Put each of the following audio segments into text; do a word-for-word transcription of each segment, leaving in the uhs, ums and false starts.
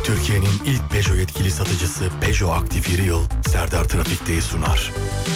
Türkiye'nin ilk Peugeot yetkili satıcısı Peugeot Aktif Yıl Serdar Trafik'teyi sunar.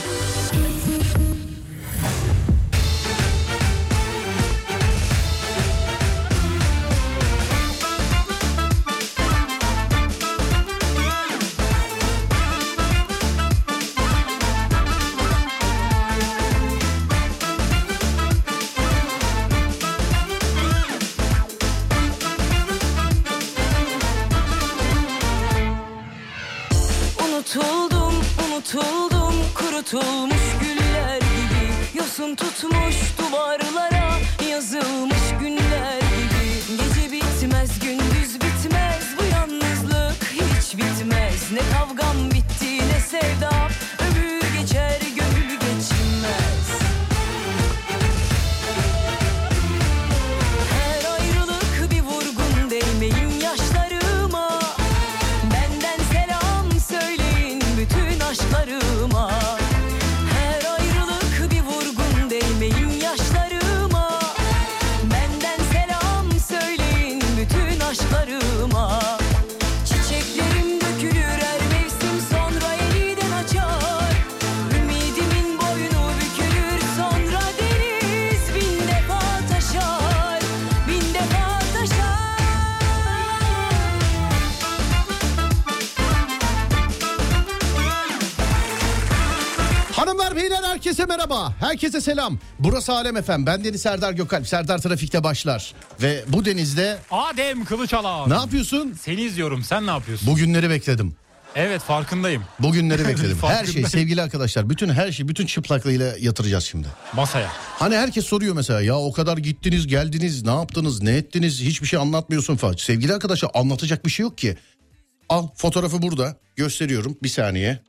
Unutuldum, unutuldum, kurutulmuş güller gibi. Yosun tutmuş duvarlara yazılmış günler gibi. Gece bitmez, gündüz bitmez, bu yalnızlık hiç bitmez. Ne kavgam bitti, ne sevdam, ömür geçer, gönül geçmez. Her ayrılık bir vurgun, değmeyin yaşlarıma. Benden selam söyleyin bütün aşklarıma. Her ayrılık bir vurgun, değmeyin yaşlarıma. Benden selam söyleyin bütün aşklarıma. Çiçeklerim dökülür her mevsim, sonra yeniden açar. Ümidimin boynu bükülür, sonra deniz bin defa taşar, bin defa taşar. Hanımlar beyler herkese merhaba. Herkese selam. Burası Alem Efem. Ben Deniz Serdar Gökalp. Serdar Trafik'te başlar. Ve bu denizde Adem Kılıçalan. ne yapıyorsun? Seni izliyorum. Sen ne yapıyorsun? Bugünleri bekledim. Evet, farkındayım. Bugünleri bekledim. Her Farkındayım. şey sevgili arkadaşlar. Bütün her şeyi bütün çıplaklığıyla yatıracağız şimdi. Masaya. Hani herkes soruyor mesela, ya o kadar gittiniz geldiniz ne yaptınız ne ettiniz hiçbir şey anlatmıyorsun falan. Sevgili arkadaşlar, anlatacak bir şey yok ki. Al, fotoğrafı burada gösteriyorum bir saniye.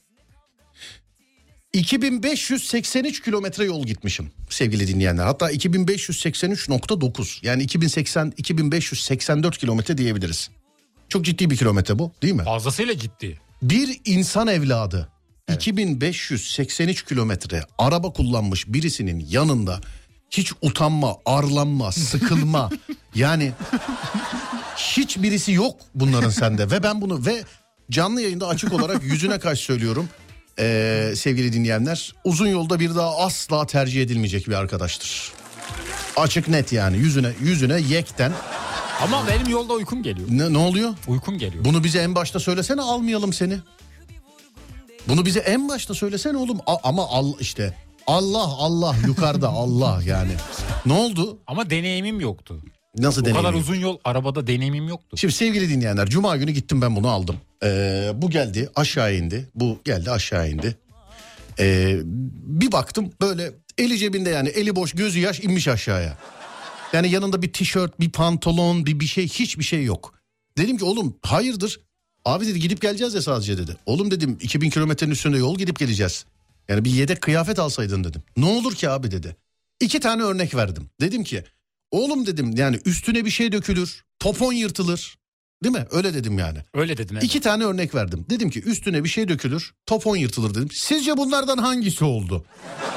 iki bin beş yüz seksen üç kilometre yol gitmişim sevgili dinleyenler. Hatta iki bin beş yüz seksen üç nokta dokuz, yani iki bin seksen iki bin beş yüz seksen dört kilometre diyebiliriz. Çok ciddi bir kilometre bu, değil mi? Fazlasıyla ciddi. Bir insan evladı evet. iki bin beş yüz seksen üç kilometre araba kullanmış birisinin yanında hiç utanma, arlanma, sıkılma yani hiç birisi yok bunların sende. Ve ben bunu ve canlı yayında açık olarak yüzüne karşı söylüyorum. Ee, sevgili dinleyenler, uzun yolda bir daha asla tercih edilmeyecek bir arkadaştır. Açık net yani, yüzüne yüzüne yekten. Ama benim yolda uykum geliyor. Ne, ne oluyor? Uykum geliyor. Bunu bize en başta söylesene, almayalım seni. Bunu bize en başta söylesene oğlum. A- ama al işte Allah Allah yukarıda Allah yani. Ne oldu? Ama deneyimim yoktu. Nasıl O deneyim? kadar uzun yol arabada deneyimim yoktu. Şimdi sevgili dinleyenler, cuma günü gittim ben bunu aldım. Ee, bu geldi aşağı indi. Bu geldi aşağı indi. Ee, bir baktım böyle eli cebinde, yani eli boş gözü yaş inmiş aşağıya. Yani yanında bir tişört, bir pantolon, bir bir şey, hiçbir şey yok. Dedim ki oğlum hayırdır? Abi dedi gidip geleceğiz ya sadece dedi. Oğlum dedim iki bin kilometrenin üstünde yol gidip geleceğiz. Yani bir yedek kıyafet alsaydın dedim. Ne olur ki abi dedi. İki tane örnek verdim. Dedim ki oğlum dedim, yani üstüne bir şey dökülür, popon yırtılır. Değil mi? Öyle dedim yani. Öyle dedim. Evet. İki tane örnek verdim. Dedim ki üstüne bir şey dökülür, popon yırtılır dedim. Sizce bunlardan hangisi oldu?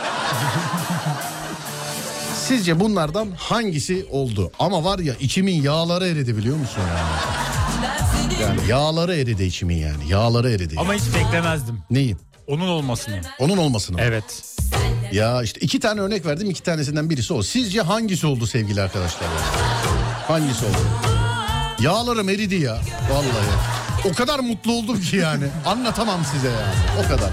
Sizce bunlardan hangisi oldu? Ama var ya, içimin yağları eridi biliyor musun yani? Yani yağları eridi içimin yani. Yağları eridi. Ama yani. hiç beklemezdim. Neyi? Onun olmasını. Onun olmasını mı? Evet. Ya işte iki tane örnek verdim, iki tanesinden birisi o. Sizce hangisi oldu sevgili arkadaşlar? Hangisi oldu? Yağlarım eridi ya. Vallahi. O kadar mutlu oldum ki yani. Anlatamam size yani. O kadar.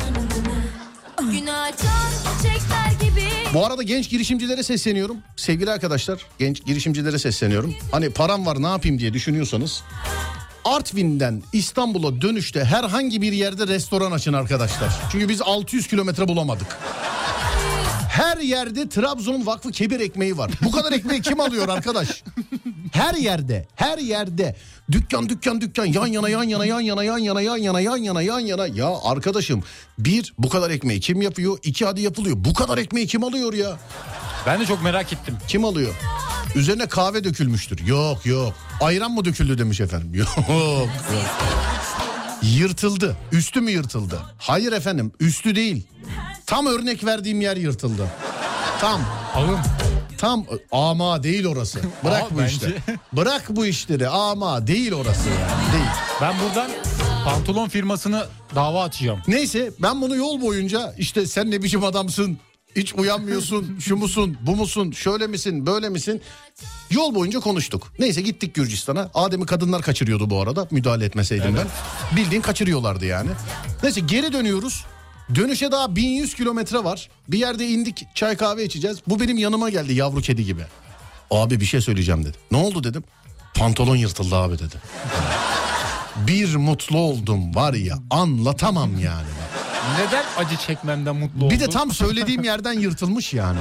Bu arada genç girişimcilere sesleniyorum. Sevgili arkadaşlar, genç girişimcilere sesleniyorum. Hani param var ne yapayım diye düşünüyorsanız, Artvin'den İstanbul'a dönüşte herhangi bir yerde restoran açın arkadaşlar. Çünkü biz altı yüz kilometre bulamadık. Her yerde Trabzon Vakfı Kebir ekmeği var. Bu kadar ekmeği kim alıyor arkadaş? Her yerde, her yerde. Dükkan, dükkan, dükkan. Yan yana, yan yana, yan yana, yan yana, yan yana, yan yana, yan yana. Ya arkadaşım, bir, bu kadar ekmeği kim yapıyor? İki, hadi yapılıyor. Bu kadar ekmeği kim alıyor ya? Ben de çok merak ettim. Kim alıyor? Üzerine kahve dökülmüştür. Yok, yok. Ayran mı döküldü demiş efendim. Yok, yok. Yırtıldı. Üstü mü yırtıldı? Hayır efendim, üstü değil. Tam örnek verdiğim yer yırtıldı. Tam. Alın. tam ama değil orası. Bırak Ama bu bence- işleri. Bırak bu işleri ama değil orası yani. Değil. Ben buradan pantolon firmasını dava açacağım. Neyse ben bunu yol boyunca işte sen ne biçim adamsın, hiç uyanmıyorsun, şu musun, bu musun, şöyle misin, böyle misin? Yol boyunca konuştuk. Neyse gittik Gürcistan'a. Adem'i kadınlar kaçırıyordu bu arada, müdahale etmeseydim Evet. ben. Bildiğin kaçırıyorlardı yani. Neyse geri dönüyoruz. Dönüşe daha bin yüz kilometre var. Bir yerde indik, çay kahve içeceğiz. Bu benim yanıma geldi yavru kedi gibi. Abi bir şey söyleyeceğim dedi. Ne oldu dedim. Pantolon yırtıldı abi dedi. Bir mutlu oldum var ya, anlatamam yani. Neden acı çekmemden mutlu oldun? Bir de tam söylediğim yerden yırtılmış yani.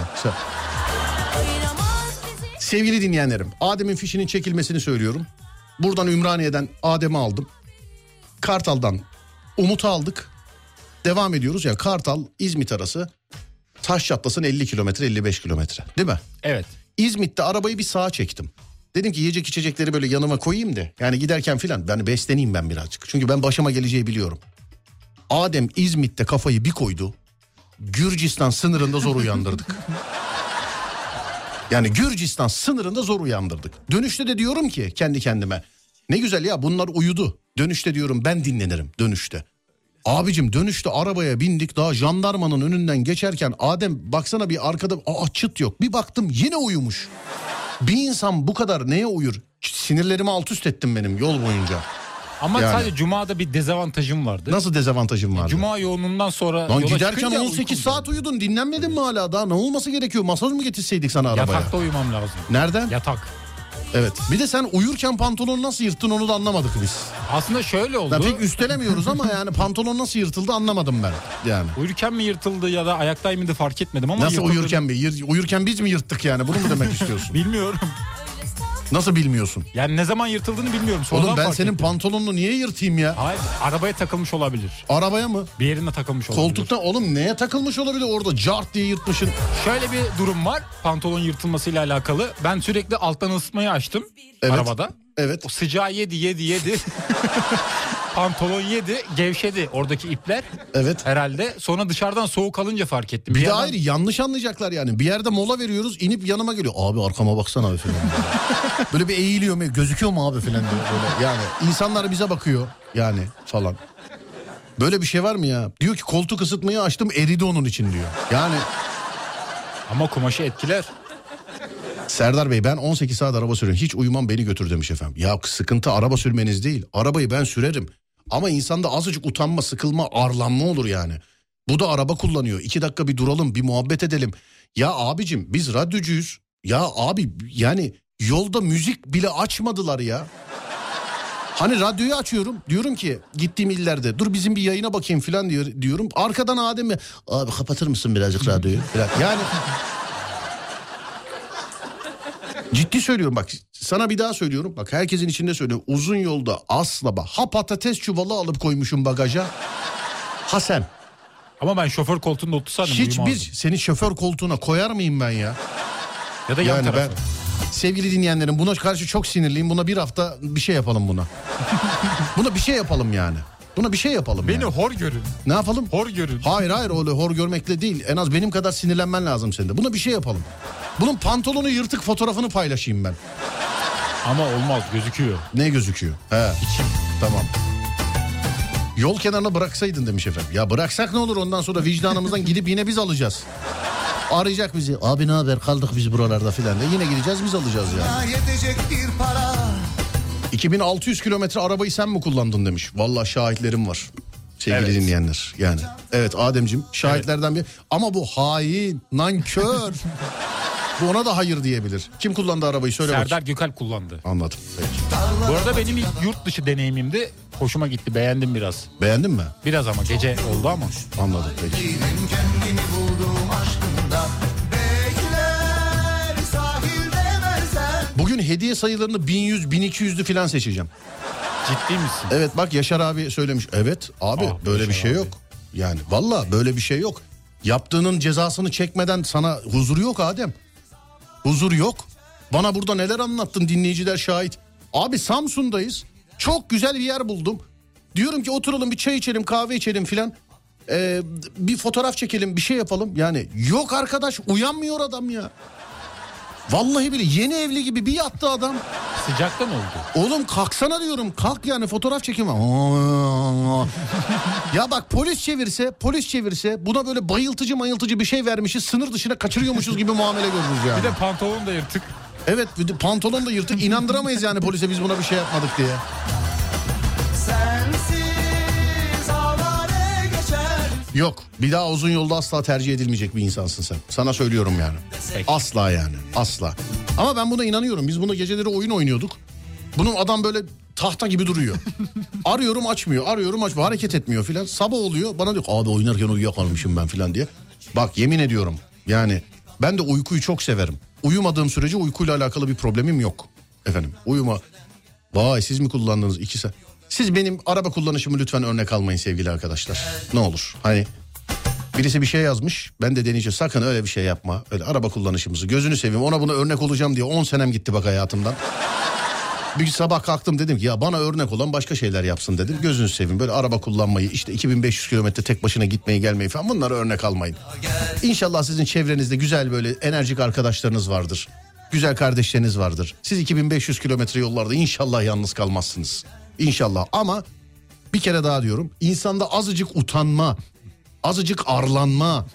Sevgili dinleyenlerim, Adem'in fişinin çekilmesini söylüyorum. Buradan Ümraniye'den Adem'i aldım. Kartal'dan Umut'u aldık. Devam ediyoruz. Yani Kartal İzmit arası taş çatlasın elli kilometre elli beş kilometre değil mi? Evet. İzmit'te arabayı bir sağa çektim. Dedim ki yiyecek içecekleri böyle yanıma koyayım da yani giderken filan yani besleneyim ben birazcık. Çünkü ben başıma geleceği biliyorum. Adem İzmit'te kafayı bir koydu. Gürcistan sınırında zor uyandırdık. Yani Gürcistan sınırında zor uyandırdık. Dönüşte de diyorum ki kendi kendime ne güzel ya bunlar uyudu. Dönüşte diyorum ben dinlenirim dönüşte. Abicim dönüşte arabaya bindik, daha jandarmanın önünden geçerken Adem baksana bir arkada aa çıt yok. Bir baktım yine uyumuş. Bir insan bu kadar neye uyur? Sinirlerimi alt üst ettim benim yol boyunca. Ama Yani. sadece Cuma'da bir dezavantajım vardı. Nasıl dezavantajım vardı? Cuma yoğunluğundan sonra Lan yola giderken çıkınca on sekiz uykum saat uyudun, dinlenmedin mi hala? Daha ne olması gerekiyor? Masaj mı getirseydik sana geldi. arabaya? Yatakta uyumam lazım. Nereden? Yatak. Evet. Bir de sen uyurken pantolonu nasıl yırttın onu da anlamadık biz. Aslında şöyle oldu. Ya pek üstelemiyoruz ama yani pantolon nasıl yırtıldı anlamadım ben yani. Uyurken mi yırtıldı ya da ayaktayım mıydı fark etmedim ama Nasıl yırtıldı. uyurken bir yır- uyurken biz mi yırttık yani? Bunu mu demek istiyorsun? Bilmiyorum. Nasıl bilmiyorsun? Yani ne zaman yırtıldığını bilmiyorum. Sonradan Oğlum ben fark senin ettim. pantolonunu niye yırtayım ya? Hayır, arabaya takılmış olabilir. Arabaya mı? Bir yerine takılmış olabilir. Koltukta oğlum neye takılmış olabilir orada cart diye yırtmışsın. Şöyle bir durum var pantolon yırtılmasıyla alakalı. Ben sürekli alttan ısıtmayı açtım Evet. arabada. Evet. O sıcağı yedi yedi yedi. Pantolon yedi, gevşedi oradaki ipler Evet. herhalde. Sonra dışarıdan soğuk alınca fark ettim. Bir de yerden- hayır yanlış anlayacaklar yani. Bir yerde mola veriyoruz inip yanıma geliyor. Abi arkama baksana abi falan. Böyle bir eğiliyor mu gözüküyor mu abi falan diyor böyle. Yani insanlar bize bakıyor yani falan. Böyle bir şey var mı ya? Diyor ki koltuk ısıtmayı açtım eridi onun için diyor. Yani Ama kumaşı etkiler. Serdar Bey ben on sekiz saat araba sürüyorum. Hiç uyumam beni götür demiş efendim. Ya sıkıntı araba sürmeniz değil. Arabayı ben sürerim. Ama insanda azıcık utanma, sıkılma, arlanma olur yani. Bu da araba kullanıyor. İki dakika bir duralım, bir muhabbet edelim. Ya abicim biz radyocuyuz. Ya abi yani yolda müzik bile açmadılar ya. Hani radyoyu açıyorum. Diyorum ki gittiğim illerde dur bizim bir yayına bakayım falan diyor, diyorum. Arkadan Adem'e abi kapatır mısın birazcık radyoyu? Falan. Yani... Ciddi söylüyorum bak sana bir daha söylüyorum. Bak herkesin içinde söylüyorum. Uzun yolda asla bak. Ha patates çuvalı alıp koymuşum bagaja. Ha sen. Ama ben şoför koltuğunda otursaydım Hiçbir uyumazdım. seni şoför koltuğuna koyar mıyım ben ya? Ya da yan Yani ben tarafı. sevgili dinleyenlerim buna karşı çok sinirliyim. Buna bir hafta bir şey yapalım buna. Buna bir şey yapalım yani. Buna bir şey yapalım Beni yani. hor görün. Ne yapalım? Hor görün. Hayır hayır öyle hor görmekle değil. En az benim kadar sinirlenmen lazım senin de. Buna bir şey yapalım. Bunun pantolonu yırtık fotoğrafını paylaşayım ben. Ama olmaz gözüküyor. Ne gözüküyor? He. İçim. Tamam. Yol kenarına bıraksaydın demiş efendim. Ya bıraksak ne olur ondan sonra vicdanımızdan gidip yine biz alacağız. Arayacak bizi. Abi ne haber kaldık biz buralarda filan de. Yine gideceğiz biz alacağız yani. Yetecek bir para. iki bin altı yüz kilometre arabayı sen mi kullandın demiş. Vallahi şahitlerim var. Sevgili Evet. dinleyenler yani. Evet Ademciğim şahitlerden bir. Ama bu hain, nankör. Bu ona da hayır diyebilir. Kim kullandı arabayı söyle Serdar bakayım. Gökalp kullandı. Anladım. Peki. Bu arada benim ilk yurt dışı deneyimimdi. Hoşuma gitti, beğendim biraz. Beğendin mi? Biraz ama gece oldu ama. Anladım peki. Kendimi buldum aşkında. Bekler sahilde mersen. Bugün hediye sayılarını bin yüz, bin iki yüzlü falan seçeceğim. Ciddi misin? Evet bak Yaşar abi söylemiş. Evet abi Ah, böyle bir Yaşar şey abi. yok. Yani valla böyle bir şey yok. Yaptığının cezasını çekmeden sana huzur yok Adem. Huzur yok. Bana burada neler anlattın dinleyiciler şahit. Abi Samsun'dayız. Çok güzel bir yer buldum. Diyorum ki oturalım bir çay içelim kahve içelim filan. Ee, bir fotoğraf çekelim bir şey yapalım. Yani yok arkadaş uyanmıyor adam ya. Vallahi bile yeni evli gibi bir yattı adam. Sıcaktan oldu. Oğlum kalksana diyorum. Kalk yani fotoğraf çekimi. Ya bak polis çevirse polis çevirse buna böyle bayıltıcı mayıltıcı bir şey vermişiz. Sınır dışına kaçırıyormuşuz gibi muamele görürüz yani. Bir de pantolon da yırtık. Evet bir de pantolon da yırtık. İnandıramayız yani polise biz buna bir şey yapmadık diye. Sensiz avare geçer. Yok bir daha uzun yolda asla tercih edilmeyecek bir insansın sen. Sana söylüyorum yani. Peki. Asla yani asla. Ama ben buna inanıyorum. Biz buna geceleri oyun oynuyorduk. Bunun adam böyle tahta gibi duruyor. Arıyorum açmıyor, arıyorum açmıyor, hareket etmiyor filan. Sabah oluyor bana diyor abi oynarken uyuyakalmışım ben filan diye. Bak yemin ediyorum yani ben de uykuyu çok severim. Uyumadığım sürece uykuyla alakalı bir problemim yok. Efendim uyuma. Vay siz mi kullandınız iki saat? Siz benim araba kullanışımı lütfen örnek almayın sevgili arkadaşlar. Ne olur hani birisi bir şey yazmış ben de deneyeceğim sakın öyle bir şey yapma. Öyle araba kullanışımızı gözünü seveyim ona buna örnek olacağım diye on senem gitti bak hayatımdan. Bir sabah kalktım dedim ki ya bana örnek olan başka şeyler yapsın dedim. Gözünü seveyim böyle araba kullanmayı işte iki bin beş yüz kilometre tek başına gitmeyi gelmeyi falan bunlara örnek almayın. İnşallah sizin çevrenizde güzel böyle enerjik arkadaşlarınız vardır. Güzel kardeşleriniz vardır. Siz iki bin beş yüz kilometre yollarda inşallah yalnız kalmazsınız. İnşallah ama bir kere daha diyorum insanda azıcık utanma, azıcık arlanma.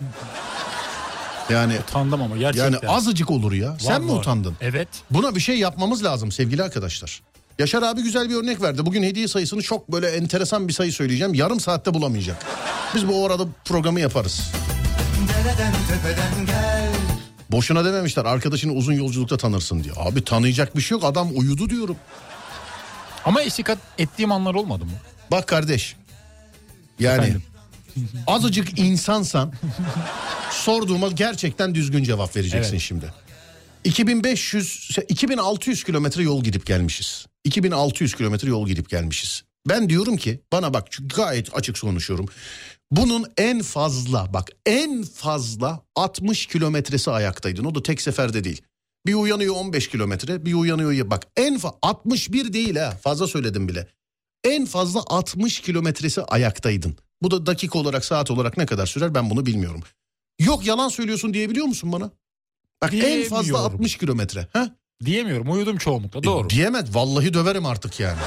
Yani Utandım ama gerçekten. yani azıcık olur ya. Sen Var, mi var. utandın? Evet. Buna bir şey yapmamız lazım sevgili arkadaşlar. Yaşar abi güzel bir örnek verdi. Bugün hediye sayısını çok böyle enteresan bir sayı söyleyeceğim. Yarım saatte bulamayacak. Biz bu arada programı yaparız. Dereden tepeden gel. Boşuna dememişler arkadaşını uzun yolculukta tanırsın diye. Abi tanıyacak bir şey yok adam uyudu diyorum. Ama eşlik ettiğim anlar olmadı mı? Bak kardeş. Yani Efendim? azıcık insansan sorduğuma gerçekten düzgün cevap vereceksin Evet. şimdi. iki bin beş yüz iki bin altı yüz kilometre yol gidip gelmişiz. iki bin altı yüz kilometre yol gidip gelmişiz. Ben diyorum ki bana bak çünkü gayet açık konuşuyorum. Bunun en fazla bak en fazla altmış kilometresi ayaktaydın. O da tek seferde değil. Bir uyanıyor on beş kilometre bir uyanıyor bak en fa- altmış bir değil ha fazla söyledim bile. En fazla altmış kilometresi ayaktaydın. Bu da dakika olarak saat olarak ne kadar sürer ben bunu bilmiyorum. Yok yalan söylüyorsun diyebiliyor musun bana? Bak en fazla Diyemiyorum. altmış kilometre. Ha? Diyemiyorum uyudum çoğunlukla doğru. E, diyemez vallahi döverim artık yani.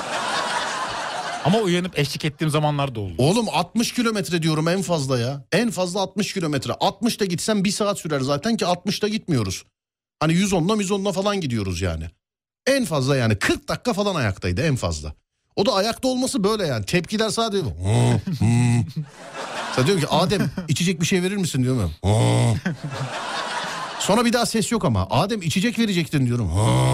Ama uyanıp eşlik ettiğim zamanlar da oldu. Oğlum altmış kilometre diyorum en fazla ya. En fazla altmış kilometre. altmışta gitsem bir saat sürer zaten ki altmışta gitmiyoruz. Hani yüz onla yüz onla falan gidiyoruz yani. En fazla yani kırk dakika falan ayaktaydı en fazla. O da ayakta olması böyle yani. Tepkiler sadece... Sen diyorum ki Adem içecek bir şey verir misin diyorum. Sonra bir daha ses yok ama. Adem içecek verecektin diyorum.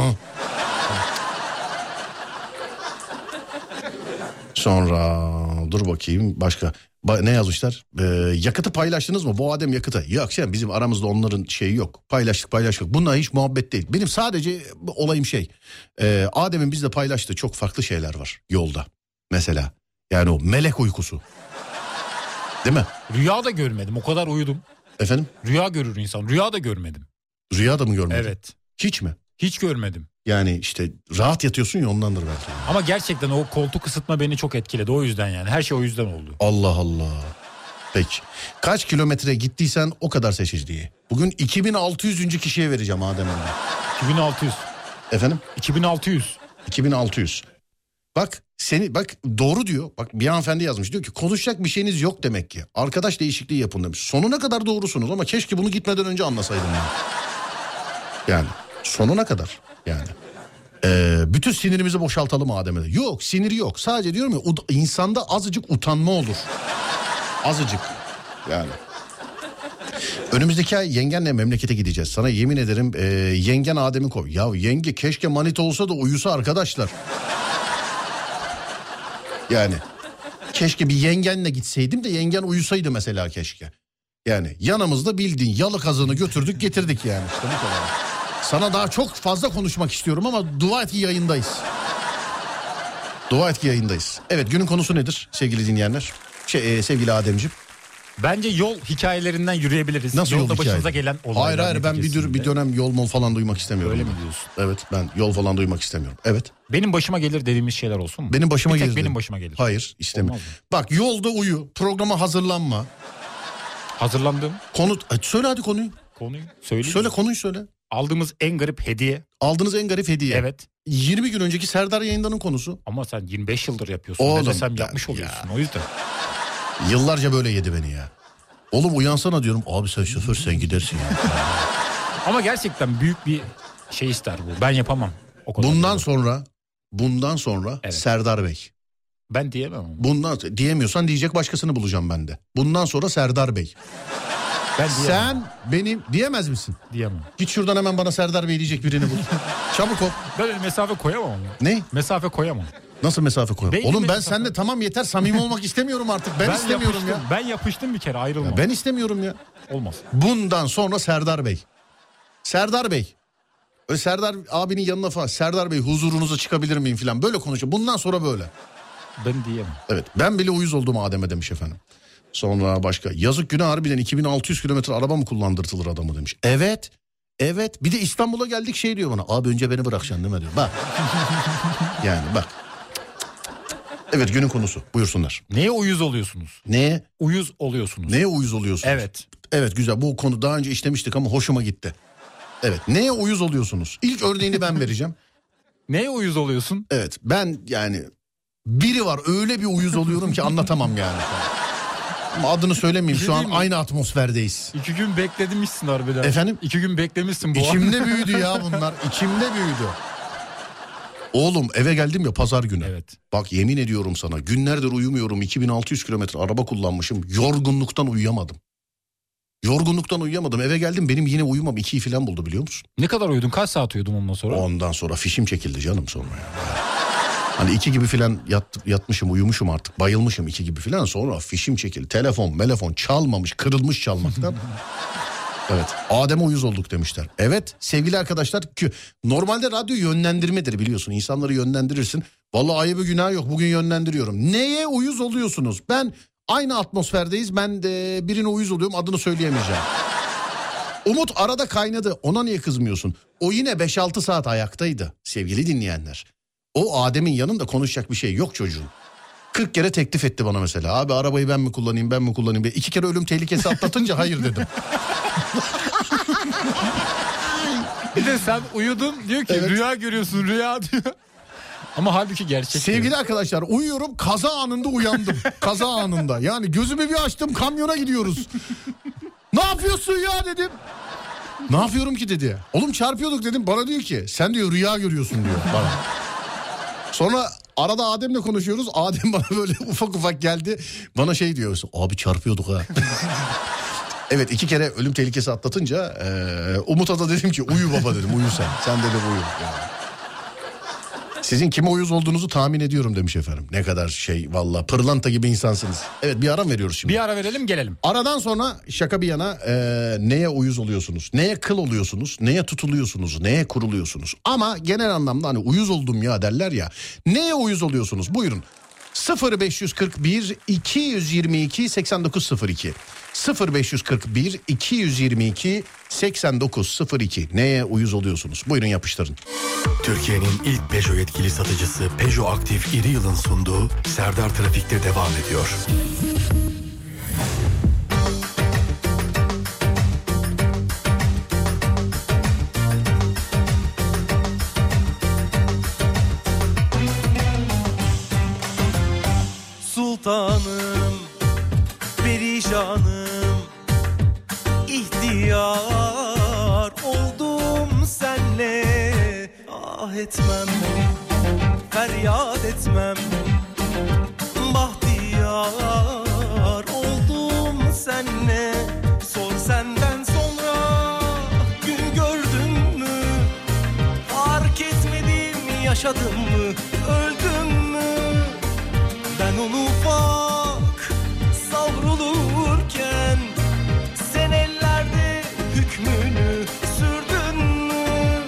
Sonra dur bakayım başka. Ba- ne yazmışlar? Ee, yakıtı paylaştınız mı? Bu Adem yakıtı. Yok sen bizim aramızda onların şeyi yok. Paylaştık paylaştık. Bunlar hiç muhabbet değil. Benim sadece olayım şey. E, Adem'in bizle paylaştığı çok farklı şeyler var yolda. Mesela yani o melek uykusu. Değil mi? Rüya da görmedim o kadar uyudum. Efendim? Rüya görür insan rüya da görmedim. Rüya da mı görmedin? Evet. Hiç mi? Hiç görmedim. Yani işte rahat yatıyorsun ya ondandır belki. Ama gerçekten o koltuk ısıtma beni çok etkiledi o yüzden yani her şey o yüzden oldu. Allah Allah. Peki. Kaç kilometre gittiysen o kadar seçiciliği. Bugün iki bin altı yüzüncü kişiye vereceğim Adem'e. iki bin altı yüz. Efendim? iki bin altı yüz. iki bin altı yüz. Bak seni bak doğru diyor. Bak bir hanımefendi yazmış. Diyor ki konuşacak bir şeyiniz yok demek ki. Arkadaş değişikliği yapın demiş. Sonuna kadar doğrusunuz ama keşke bunu gitmeden önce anlasaydım yani. Yani sonuna kadar yani. Ee, bütün sinirimizi boşaltalım Adem'e. Yok siniri yok. Sadece diyorum ya o- insanda azıcık utanma olur. Azıcık yani. Önümüzdeki ay yengenle memlekete gideceğiz. Sana yemin ederim e, yengen Adem'i koy. Ya yenge keşke manita olsa da uyusa arkadaşlar. Yani keşke bir yengenle gitseydim de yengen uyusaydı mesela keşke. Yani yanımızda bildiğin yalı kazığını götürdük getirdik yani. İşte bu kadar. Sana daha çok fazla konuşmak istiyorum ama dua et ki yayındayız. Dua et ki yayındayız. Evet günün konusu nedir sevgili dinleyenler? Şey, e, sevgili Ademciğim. Bence yol hikayelerinden yürüyebiliriz. Nasıl Yolda yol başımıza hikaye? gelen olaylar. Hayır hayır ben bir, dur, bir dönem yol mol falan duymak istemiyorum. Öyle mi diyorsun? Evet ben yol falan duymak istemiyorum. Evet. Benim başıma gelir dediğimiz şeyler olsun mu? Benim başıma bir tek gelir. benim başıma gelir. Hayır istemiyorum. Olmaz mı? Bak yolda uyu, programa hazırlanma. Hazırlandım. Konu e, söyle hadi konuyu. Konuyu söyleyeyim. Söyle konuyu söyle. Aldığımız en garip hediye. Aldığınız en garip hediye. Evet. yirmi gün önceki Serdar Yayından'ın konusu. Ama sen yirmi beş yıldır yapıyorsun. Oğlum, ne desem ben- yapmış oluyorsun ya. o yüzden. Yıllarca böyle yedi beni ya. Oğlum uyansana diyorum. Abi sen şoför sen gidersin ya. Ama gerçekten büyük bir şey ister bu. Ben yapamam. O kadar Bundan doğru. sonra bundan sonra Evet. Serdar Bey. Ben diyemem ama. Bundan diyemiyorsan diyecek başkasını bulacağım ben de. Bundan sonra Serdar Bey. Ben diyemem. Sen benim diyemez misin? Diyemem. Git şuradan hemen bana Serdar Bey diyecek birini bul. Çabuk ol. Ben öyle mesafe koyamam ama. Ne? Mesafe koyamam. Nasıl mesafe koyalım? Belli Oğlum bir ben mesafe. seninle tamam yeter samimi olmak istemiyorum artık. Ben, istemiyorum yapıştım. ya. Ben yapıştım bir kere ayrılmam. Ya ben istemiyorum ya. Olmaz. Bundan sonra Serdar Bey. Serdar Bey. Öyle Serdar abinin yanına falan. Serdar Bey huzurunuza çıkabilir miyim falan. Böyle konuşuyor. Bundan sonra böyle. Ben diyemem. Evet ben bile uyuz oldum Adem'e demiş efendim. Sonra başka. Yazık günah harbiden iki bin altı yüz kilometre araba mı kullandırtılır adamı demiş. Evet. Evet. Bir de İstanbul'a geldik şey diyor bana. Abi önce beni bırakacaksın değil mi diyor. Bak. Yani bak. Evet günün konusu. Buyursunlar. Neye uyuz oluyorsunuz? Neye? Uyuz oluyorsunuz. Neye uyuz oluyorsunuz? Evet. Evet güzel. Bu konu daha önce işlemiştik ama hoşuma gitti. Evet. Neye uyuz oluyorsunuz? İlk örneğini ben vereceğim. Neye uyuz oluyorsun? Evet. Ben yani biri var öyle bir uyuz oluyorum ki anlatamam yani. Ama adını söylemeyeyim. Bir şey Şu an diyeyim mi? aynı atmosferdeyiz. İki gün beklemişsin harbiden. Efendim? İki gün beklemişsin bu İçimde an. büyüdü ya bunlar. İçimde büyüdü. Oğlum eve geldim ya pazar günü. Evet. Bak yemin ediyorum sana günlerdir uyumuyorum. iki bin altı yüz kilometre araba kullanmışım. Yorgunluktan uyuyamadım. Yorgunluktan uyuyamadım. Eve geldim benim yine uyumam ikiyi falan buldu biliyor musun? Ne kadar uyudun? Kaç saat uyudun ondan sonra? Ondan sonra fişim çekildi canım sonra ya. Hani iki gibi falan yat, yatmışım uyumuşum artık bayılmışım iki gibi falan sonra fişim çekildi. Telefon melefon çalmamış kırılmış çalmaktan. Evet Adem'e uyuz olduk demişler. Evet sevgili arkadaşlar normalde radyo yönlendirmedir biliyorsun insanları yönlendirirsin. Vallahi ayıbı günah yok bugün yönlendiriyorum. Neye uyuz oluyorsunuz? Ben aynı atmosferdeyiz ben de birine uyuz oluyorum adını söyleyemeyeceğim. Umut arada kaynadı ona niye kızmıyorsun? O yine beş altı saat ayaktaydı sevgili dinleyenler. O Adem'in yanında konuşacak bir şey yok çocuğun. kırk kere teklif etti bana mesela. Abi arabayı ben mi kullanayım ben mi kullanayım diye. İki kere ölüm tehlikesi atlatınca hayır dedim. Bir de sen uyudun diyor ki Evet. rüya görüyorsun rüya diyor. Ama halbuki gerçek. Sevgili diyor. arkadaşlar uyuyorum kaza anında uyandım. Kaza anında yani gözümü bir açtım kamyona gidiyoruz. Ne yapıyorsun ya dedim. Ne yapıyorum ki dedi. Oğlum çarpıyorduk dedim bana diyor ki sen diyor rüya görüyorsun diyor bana. Sonra arada Adem'le konuşuyoruz. Adem bana böyle ufak ufak geldi. Bana şey diyor. Abi çarpıyorduk ha. Evet iki kere ölüm tehlikesi atlatınca e, Umut'a da dedim ki uyu baba dedim uyu sen. Sen dedim uyu. Yani. Sizin kime uyuz olduğunuzu tahmin ediyorum demiş efendim. Ne kadar şey valla pırlanta gibi insansınız. Evet bir ara veriyoruz şimdi. Bir ara verelim gelelim. Aradan sonra şaka bir yana e, neye uyuz oluyorsunuz? Neye kıl oluyorsunuz? Neye tutuluyorsunuz? Neye kuruluyorsunuz? Ama genel anlamda hani uyuz oldum ya derler ya. Neye uyuz oluyorsunuz? Buyurun. sıfır beş kırk bir iki yüz yirmi iki seksen dokuz sıfır iki sıfır beş kırk bir iki yüz yirmi iki seksen dokuz sıfır iki Neye uyuz oluyorsunuz? Buyurun yapıştırın. Türkiye'nin ilk Peugeot yetkili satıcısı Peugeot Aktif İri Yıl'ın sunduğu Serdar Trafik'te devam ediyor. Sultanım, perişanım, ihtiyar oldum senle. Ah etmem, feryat etmem, bahtiyar oldum senle. Sor senden sonra gün gördün mü? Fark etmedim yaşadım mı, öldüm mü? Ben onu ufak savrulurken sen ellerde hükmünü sürdün mü?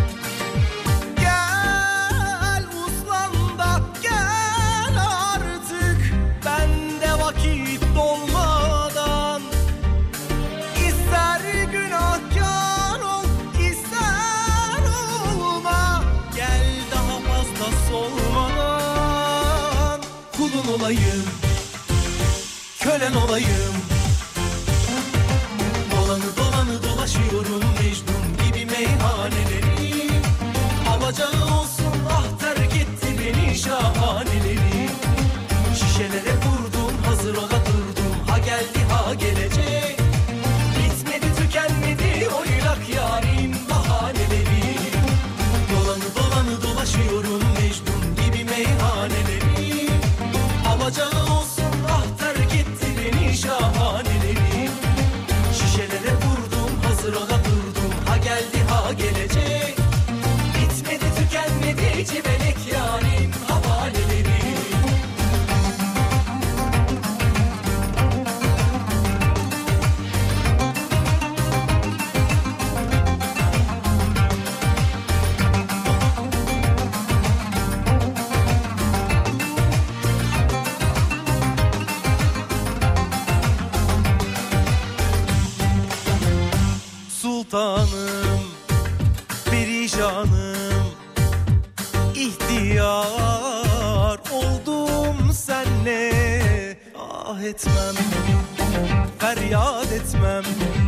Gel uslan da gel artık bende vakit dolmadan. İster günahkar ol ister olma, gel daha fazla solmadan. Kulun olayım, kölen olayım. Dolanı dolanı dolaşıyorum Mecnun gibi meydan. meyhaneleri. Alacağı olsun ah terk etti beni şahaneleri. Şişelere vurdum hazır ola durdum, ha geldi ha gelecek. Bitmedi tükenmedi oynak yarim bahaneleri. Dolanı dolanı dolaşıyorum Mecnun gibi meyhaneleri. Alacağı olsun ah terk etti beni şahaneleri. Şişelere vurdum hazır ola durdum, ha geldi ha gelecek. Bitmedi tükenmedi civelek yarim havaneleri. Sultanım, perişanım, ihtiyar oldum senle. Ah etmem, feryat etmem,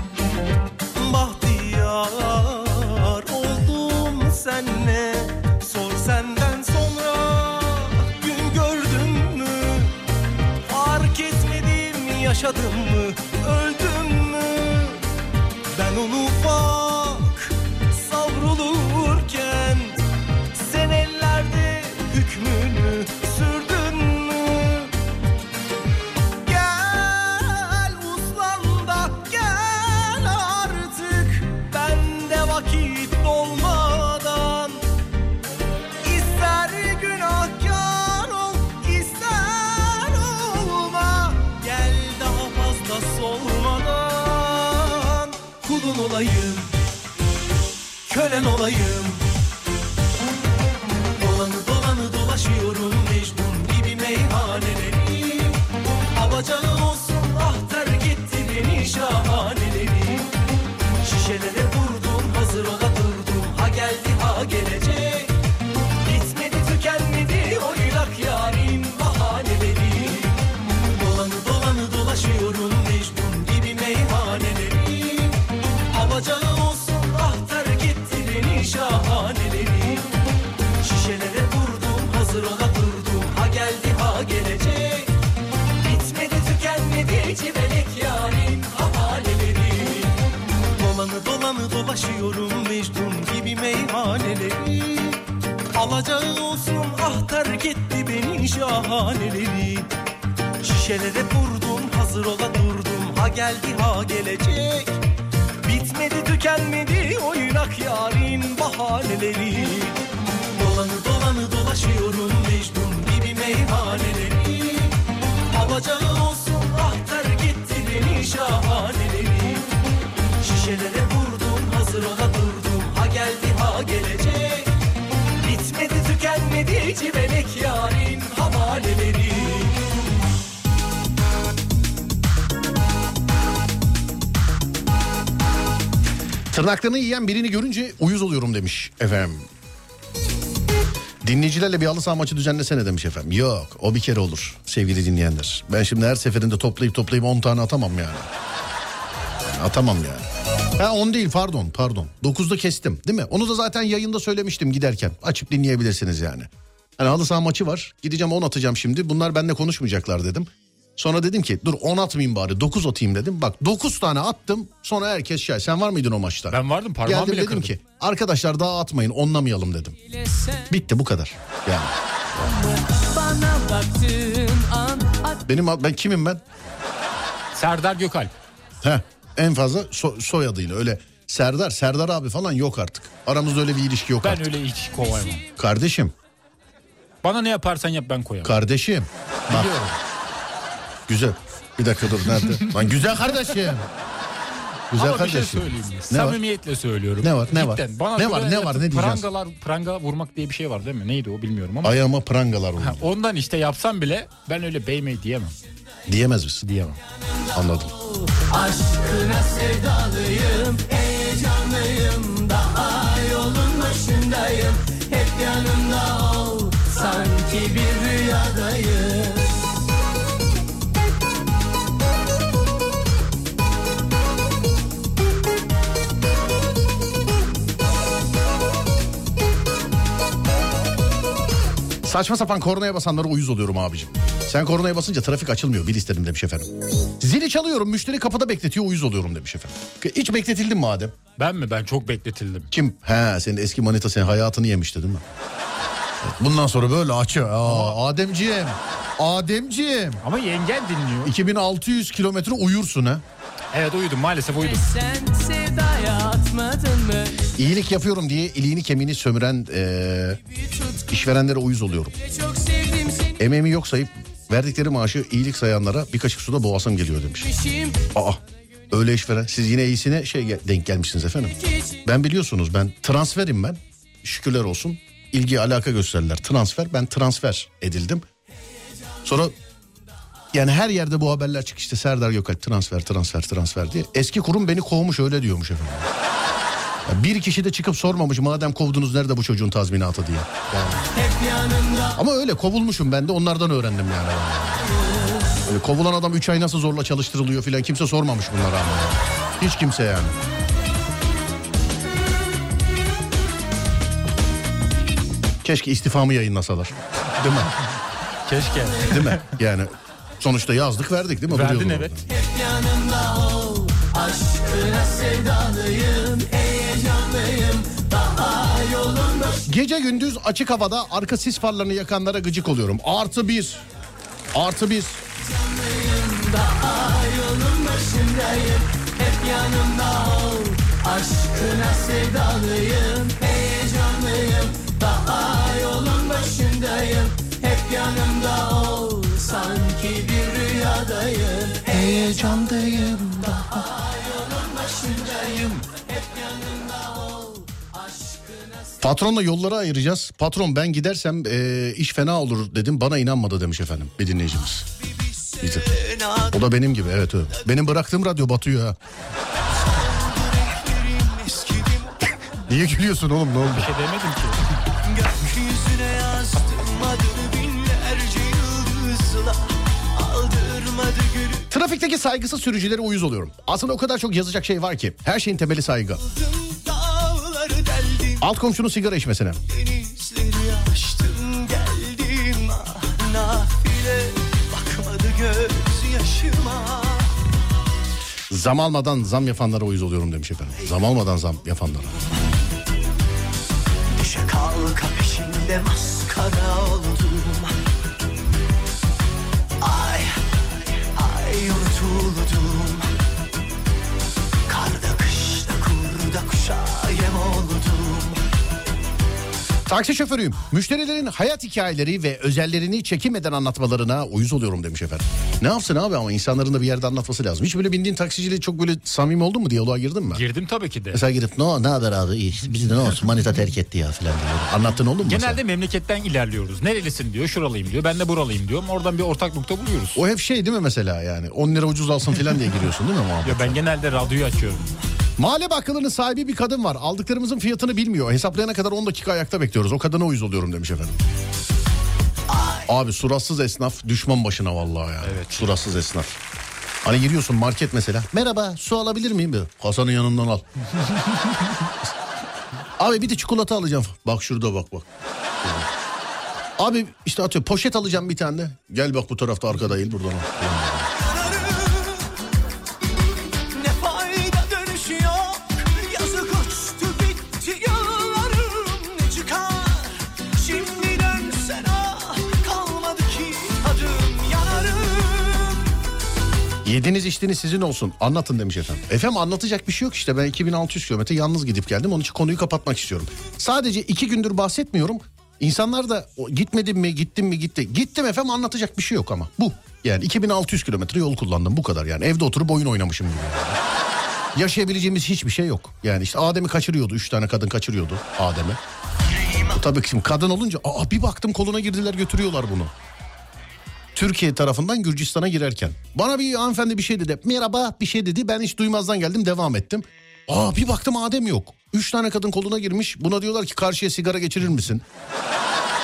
bahtiyar oldum senle. Sor senden sonra gün gördün mü? Fark etmedim yaşadım mı, öldüm mü? Ben onu ufak savrulurken sen ellerde hükmünü sürdün mü? Gel uslan da gel artık, bende vakit dolmadan. İster günahkar ol, ister olma, gel daha fazla solmadan. Kulun olayım, kölen olayım. Dolanı dolanı dolaşıyorum Mecnun gibi meyhaneleri. Alacağı olsun ah terk etti beni şahaneleri. Şişelere vurdum hazır ola durdum, ha geldi ha gelecek. Bitmedi tükenmedi oynak yarim bahaneleri. Dolanı dolanı dolaşıyorum Mecnun gibi meyhaneleri. Alacağı olsun ah terk etti beni şahaneleri. Şişelere vurdum hazır ola durdum, ha geldi ha gelecek. Bitmedi tükenmedi civelek yarim havaneleri. Dolanı dolanı dolaşıyorum Mecnun gibi meyhaneleri. Alacağı olsun ah terk etti beni şahaneleri. Şişelere vurdum hazır ola durdum, ha geldi ha gelecek. Bitmedi tükenmedi oynak yarin bahaneleri. Dolanı dolanı dolaşıyorum Mecnun gibi meyhaneleri. Alacağı olsun ah terk etti beni şahaneleri. Şişelere vurdum hazır ola durdum, ha geldi ha gelecek. Bitmedi tükenmedi civelek yarin havaneleri. Tırnaklarını yiyen birini görünce uyuz oluyorum demiş efendim. Dinleyicilerle bir halı saha maçı düzenlesene demiş efendim. Yok, o bir kere olur sevgili dinleyenler. Ben şimdi her seferinde toplayıp toplayıp on tane atamam yani. Atamam yani. Ha on değil pardon pardon. dokuzda kestim değil mi? Onu da zaten yayında söylemiştim giderken. Açıp dinleyebilirsiniz yani. Hani halı saha maçı var. Gideceğim on atacağım şimdi. Bunlar benimle konuşmayacaklar dedim. Sonra dedim ki dur on atmayayım bari dokuz atayım dedim. Bak dokuz tane attım, sonra herkes şey. Sen var mıydın o maçta? Ben vardım, parmağım Geldim bile dedim kırdım. ki arkadaşlar daha atmayın, onlamayalım dedim. Bitti bu kadar yani. Bana baktığın an Benim ben kimim ben? Serdar Gökalp. Heh, en fazla so- soyadıyla öyle Serdar Serdar abi falan yok artık. Aramızda öyle bir ilişki yok Ben artık. öyle hiç kovamam. Kardeşim. Bana ne yaparsan yap ben koyamam. Kardeşim. Bak. Biliyorum. Güzel. Bir dakika dur nerede? Lan güzel kardeşim. Güzel Ama kardeşim. bir şey söyleyeyim mi? Ne var? Samimiyetle söylüyorum. Ne var, ne var? Cidden. Bana Ne var, böyle ne var, ne diyeceğiz? Prangalar, pranga vurmak diye bir şey var değil mi? Neydi o bilmiyorum ama. Ayağıma prangalar vurdu. Ha, ondan işte yapsam bile ben öyle beymey diyemem. Diyemez misin? Diyemem. Anladım. aşkına sevdalıyım, heyecanlıyım, daha yolun başındayım. Hep yanımda ol, sanki bir rüyadayım. Saçma sapan kornaya basanlara uyuz oluyorum abicim. Sen kornaya basınca trafik açılmıyor, bil istedim demiş efendim. Zili çalıyorum, müşteri kapıda bekletiyor, uyuz oluyorum demiş efendim. Hiç bekletildin mi Adem? Ben mi? Ben çok bekletildim. Kim? He, senin eski manita senin hayatını yemişti değil mi? Bundan sonra böyle açıyor. Aa, Ademciğim. Ademciğim. Ama yengen dinliyor. iki bin altı yüz kilometre uyursun ha. Evet uyudum, maalesef uyudum. Sen sevdaya atmadın mı? İyilik yapıyorum diye iliğini kemiğini sömüren ee, işverenlere uyuz oluyorum. Çok sevdim seni. Emeğimi yok sayıp verdikleri maaşı iyilik sayanlara bir kaşık suda boğazım geliyor demiş. Aa, öyle işveren. Siz yine iyisine şey denk gelmişsiniz efendim. Ben biliyorsunuz ben transferim ben. Şükürler olsun. İlgi alaka gösterirler. Transfer, ben transfer edildim. Sonra yani her yerde bu haberler çık işte Serdar Gökalp transfer transfer transfer diye. Eski kurum beni kovmuş öyle diyormuş efendim. Ya bir kişi de çıkıp sormamış madem kovdunuz nerede bu çocuğun tazminatı diye. Yani. Ama öyle kovulmuşum ben de onlardan öğrendim yani. Öyle kovulan adam üç ay nasıl zorla çalıştırılıyor filan kimse sormamış bunlara ama. Hiç kimse yani. Keşke istifamı yayınlasalar. Değil mi? Keşke. Değil mi? Yani sonuçta yazdık verdik değil mi? Verdin Duruyordu evet. orada. Hep yanımda ol. Aşkına sevdalıyım. Heyecanlıyım. Daha yolun başı. Gece gündüz açık havada arka sis farlarını yakanlara gıcık oluyorum. Artı bir. Artı bir. Daha yolun başındayım. Hep yanımda ol. Aşkına sevdalıyım. Heyecanlıyım. Daha yolun başındayım. Hep yanımda ol. Sanki bir rüyadayım. Heyecandayım. Daha yolun başındayım. Hep yanımda ol. Aşkına Patronla yolları ayıracağız. Patron ben gidersem e, iş fena olur dedim. Bana inanmadı demiş efendim bir dinleyicimiz. Bize. O da benim gibi evet öyle. Benim bıraktığım radyo batıyor ha. Niye gülüyorsun oğlum ne oldu? Bir şey demedim ki. Gökyüzüne yazdım adını binlerce yıldızla. Aldırmadı gülü. Trafikteki saygısız sürücülere uyuz oluyorum. Aslında o kadar çok yazacak şey var ki. Her şeyin temeli saygı. Dağları deldim. Alt komşunun sigara içmesine. Denizleri aştım geldim. Ah, nafile bakmadı göz yaşıma. Zam almadan zam yapanlara uyuz oluyorum demiş efendim. Zam almadan zam yapanlara. Düşe kalka peşinde maskara oldum. Ay, ay unutuldum. Karda kışta kurda kuşa yem oldum. Taksi şoförüyüm. Müşterilerin hayat hikayeleri ve özellerini çekinmeden anlatmalarına uyuz oluyorum demiş efendim. Ne yapsın abi ama insanların da bir yerde anlatması lazım. Hiç böyle bindiğin taksiciyle çok böyle samimi oldun mu? Diyaloğa girdin mi? Girdim tabii ki de. Mesela girip no, ne haber abi iyi biz de ne olsun manita terk etti ya falan diyor. Anlattın oldu mu Genelde mesela? memleketten ilerliyoruz. Nerelisin diyor, şuralıyım diyor. Ben de buralıyım diyorum. Oradan bir ortak nokta buluyoruz. O hep şey değil mi mesela yani on lira ucuz alsın falan diye giriyorsun değil mi muhabbet? Ya ben genelde radyoyu açıyorum. Mahalle bakkalının sahibi bir kadın var. Aldıklarımızın fiyatını bilmiyor. Hesaplayana kadar on dakika ayakta bekliyoruz. O kadına uyuz oluyorum demiş efendim. Abi suratsız esnaf düşman başına vallahi ya. Evet. Suratsız esnaf. Hani giriyorsun market mesela. Merhaba su alabilir miyim? Diyor. Kasanın yanından al. Abi bir de çikolata alacağım. Bak şurada bak bak. Abi işte atıyor poşet alacağım bir tane de. Gel bak bu tarafta arkada değil buradan al. Ne fayda dönüşü yok. Yazık uçtu gitti yıllarım. Ne çıkar şimdi dönsen ah. Kalmadı ki tadım yanarım. Yediğiniz içtiğiniz sizin olsun. Anlatın demiş efendim. Efendim anlatacak bir şey yok işte. Ben iki bin altı yüz kilometre yalnız gidip geldim. Onun için konuyu kapatmak istiyorum. Sadece iki gündür bahsetmiyorum. İnsanlar da gitmedim mi gittim mi gitti. Gittim efendim anlatacak bir şey yok ama. Bu yani iki bin altı yüz kilometre yol kullandım bu kadar yani. Evde oturup oyun oynamışım gibi. Yani. Yaşayabileceğimiz hiçbir şey yok. Yani işte Adem'i kaçırıyordu. Üç tane kadın kaçırıyordu Adem'i. Tabii ki şimdi kadın olunca aa, bir baktım koluna girdiler götürüyorlar bunu. Türkiye tarafından Gürcistan'a girerken. Bana bir hanımefendi bir şey dedi. Merhaba bir şey dedi. Ben hiç duymazdan geldim devam ettim. Aa bir baktım Adem yok. Üç tane kadın koluna girmiş. Buna diyorlar ki karşıya sigara geçirir misin?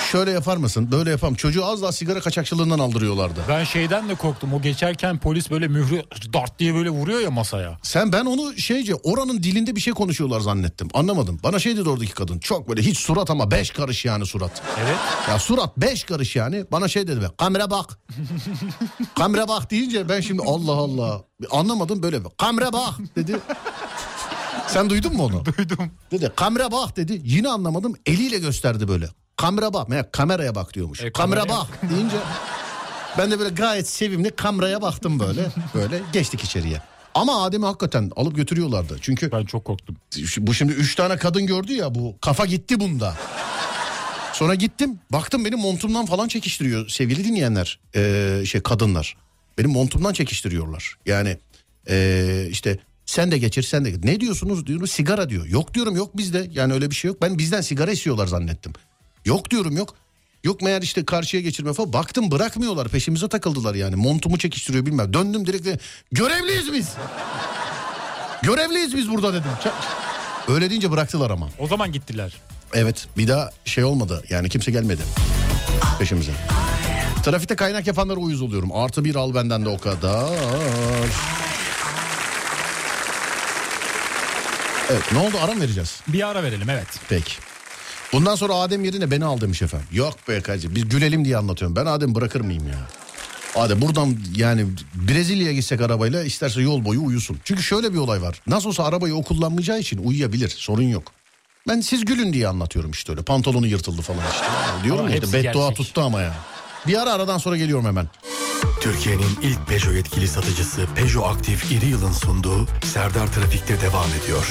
Şöyle yapar mısın? Böyle yapam. Çocuğu az daha sigara kaçakçılığından aldırıyorlardı. Ben şeyden de korktum. O geçerken polis böyle mührü dart diye böyle vuruyor ya masaya. Sen ben onu şeyce oranın dilinde bir şey konuşuyorlar zannettim. Anlamadım. Bana şey dedi oradaki kadın. Çok böyle hiç surat ama beş karış yani surat. Evet. Ya surat beş karış yani. Bana şey dedi be. Kamera bak. Kamera bak deyince ben şimdi Allah Allah. Anlamadım böyle. Kamera bak dedi. Sen duydun mu onu? Duydum. Dedi kamera bak dedi. Yine anlamadım. Eliyle gösterdi böyle. Kamera bak. Meğer kameraya bak diyormuş. E, kamera kameraya bak deyince ben de böyle gayet sevimli kameraya baktım böyle. Böyle geçtik içeriye. Ama Adem'i hakikaten alıp götürüyorlardı. Çünkü Ben çok korktum. bu şimdi üç tane kadın gördü ya, bu kafa gitti bunda. Sonra gittim baktım benim montumdan falan çekiştiriyor sevgili dinleyenler. Ee, şey kadınlar. Benim montumdan çekiştiriyorlar. Yani ee, işte sen de geçir sen de. Ne diyorsunuz diyorum, sigara diyor. Yok diyorum yok bizde yani öyle bir şey yok. Ben bizden sigara istiyorlar zannettim. Yok diyorum yok. Yok meğer işte karşıya geçirme falan. Baktım bırakmıyorlar, peşimize takıldılar yani. Montumu çekiştiriyor bilmem. Döndüm direkt de görevliyiz biz. Görevliyiz biz burada dedim. Öyle deyince bıraktılar ama. O zaman gittiler. Evet, bir daha şey olmadı yani, kimse gelmedi peşimize. Trafikte kaynak yapanlara uyuz oluyorum. Artı bir al benden de o kadar. Evet, ne oldu, ara mı vereceğiz? Bir ara verelim, evet. Peki. Bundan sonra Adem yerine beni al demiş efendim. Yok be kardeşim, biz gülelim diye anlatıyorum. Ben Adem bırakır mıyım ya? Adem buradan yani Brezilya'ya gitsek arabayla, isterse yol boyu uyusun. Çünkü şöyle bir olay var. Nasıl olsa arabayı o kullanmayacağı için uyuyabilir, sorun yok. Ben siz gülün diye anlatıyorum işte öyle. Pantolonu yırtıldı falan işte. Yani diyorum ama ya işte beddua gerçek. tuttu ama ya. Bir ara aradan sonra geliyorum hemen. Türkiye'nin ilk Peugeot yetkili satıcısı Peugeot Aktif İri Yıl'ın sunduğu Serdar Trafik'te devam ediyor.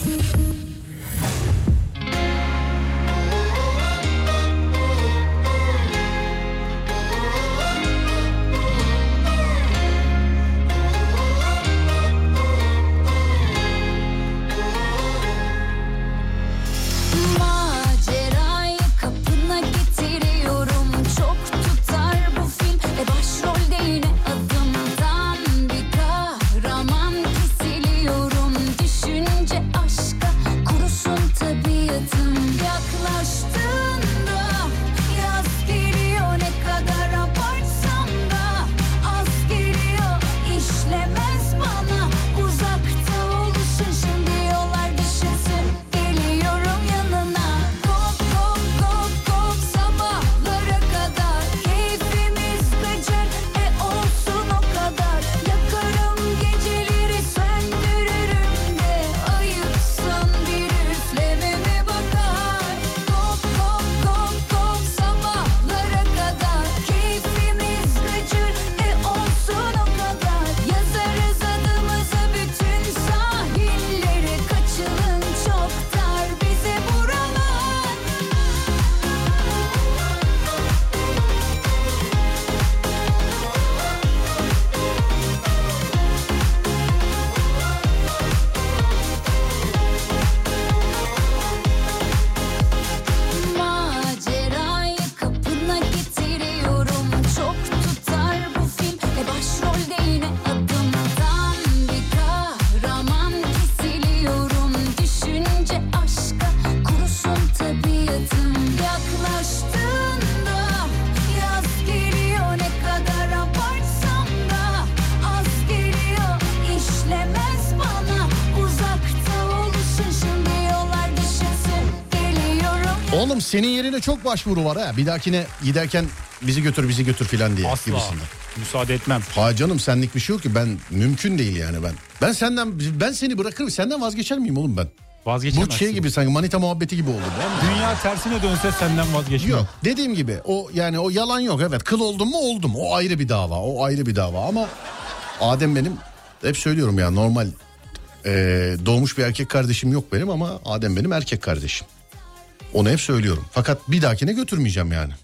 Oğlum senin yerine çok başvuru var ha. Bir dahakine giderken bizi götür bizi götür filan diye. Asla. Gibisinden. Müsaade etmem. Ha canım, senlik bir şey yok ki, ben mümkün değil yani ben. Ben senden ben seni bırakırım, senden vazgeçer miyim oğlum ben? Vazgeçemezsin. Bu şey gibi sanki manita muhabbeti gibi oldu. Dünya tersine dönse senden vazgeçmem. Yok, dediğim gibi o yani o yalan yok, evet, kıl oldum mu oldum, o ayrı bir dava, o ayrı bir dava ama Adem benim, hep söylüyorum ya, normal e, doğmuş bir erkek kardeşim yok benim ama Adem benim erkek kardeşim. Onu hep söylüyorum. Fakat bir dahakine götürmeyeceğim yani.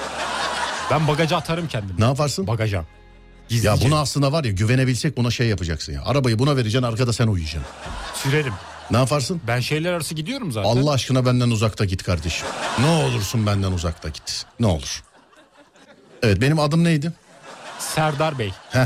Ben bagaja atarım kendimi. Ne yaparsın? Bagaja. Gizlice. Ya buna aslında var ya, güvenebilsek buna şey yapacaksın ya. Arabayı buna vereceksin, arkada sen uyuyacaksın. Sürerim. Ne yaparsın? Ben şehirler arası gidiyorum zaten. Allah aşkına benden uzakta git kardeşim. Ne olursun benden uzakta git. Ne olur. Evet, benim adım neydi? Serdar Bey. Heh.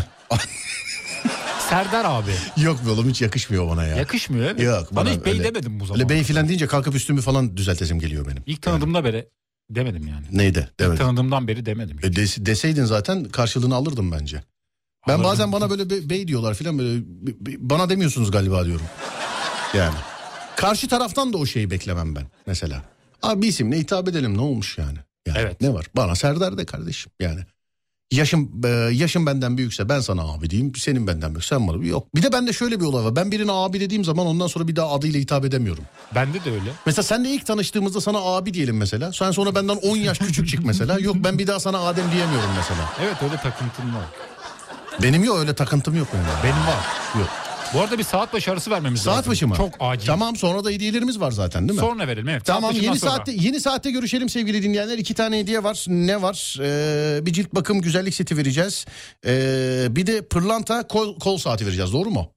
Serdar abi. Yok be oğlum, hiç yakışmıyor bana ya. Yakışmıyor evet. Yok, bana bana hiç bey öyle- demedim bu zaman. Öyle bey filan deyince kalkıp üstümü falan düzeltesim geliyor benim. İlk tanıdığımda beri. Demedim yani. Neydi? Demedim. Tanıdığımdan beri demedim. E des- deseydin zaten karşılığını alırdım bence. Ben Alırdım. bazen bana böyle be- bey diyorlar filan, böyle be- be- bana demiyorsunuz galiba diyorum. Yani karşı taraftan da o şeyi beklemem ben mesela. Abi bir isimle hitap edelim, ne olmuş yani? Yani Evet. Ne var? Bana Serdar de kardeşim yani. Yaşım e, yaşım benden büyükse ben sana abi diyeyim, senin benden büyük sen bana. Yok. Bir de bende şöyle bir olay var. Ben birine abi dediğim zaman ondan sonra bir daha adıyla hitap edemiyorum. Bende de öyle. Mesela senle ilk tanıştığımızda sana abi diyelim mesela. Sen sonra benden on yaş küçük çık mesela. Yok, ben bir daha sana Adem diyemiyorum mesela. Evet, öyle takıntım var. Benim yok, öyle takıntım yok benim. Yani. Benim var. Yok. Bu arada bir saat başı arası vermemiz lazım. Saat başı mı? Çok acil. Tamam, sonra da hediyelerimiz var zaten değil mi? Sonra verelim, evet. Tamam, Saat yeni başından sonra. saatte yeni saatte görüşelim sevgili dinleyenler. İki tane hediye var. Ne var? Ee, bir cilt bakım güzellik seti vereceğiz. Ee, bir de pırlanta kol, kol saati vereceğiz, doğru mu?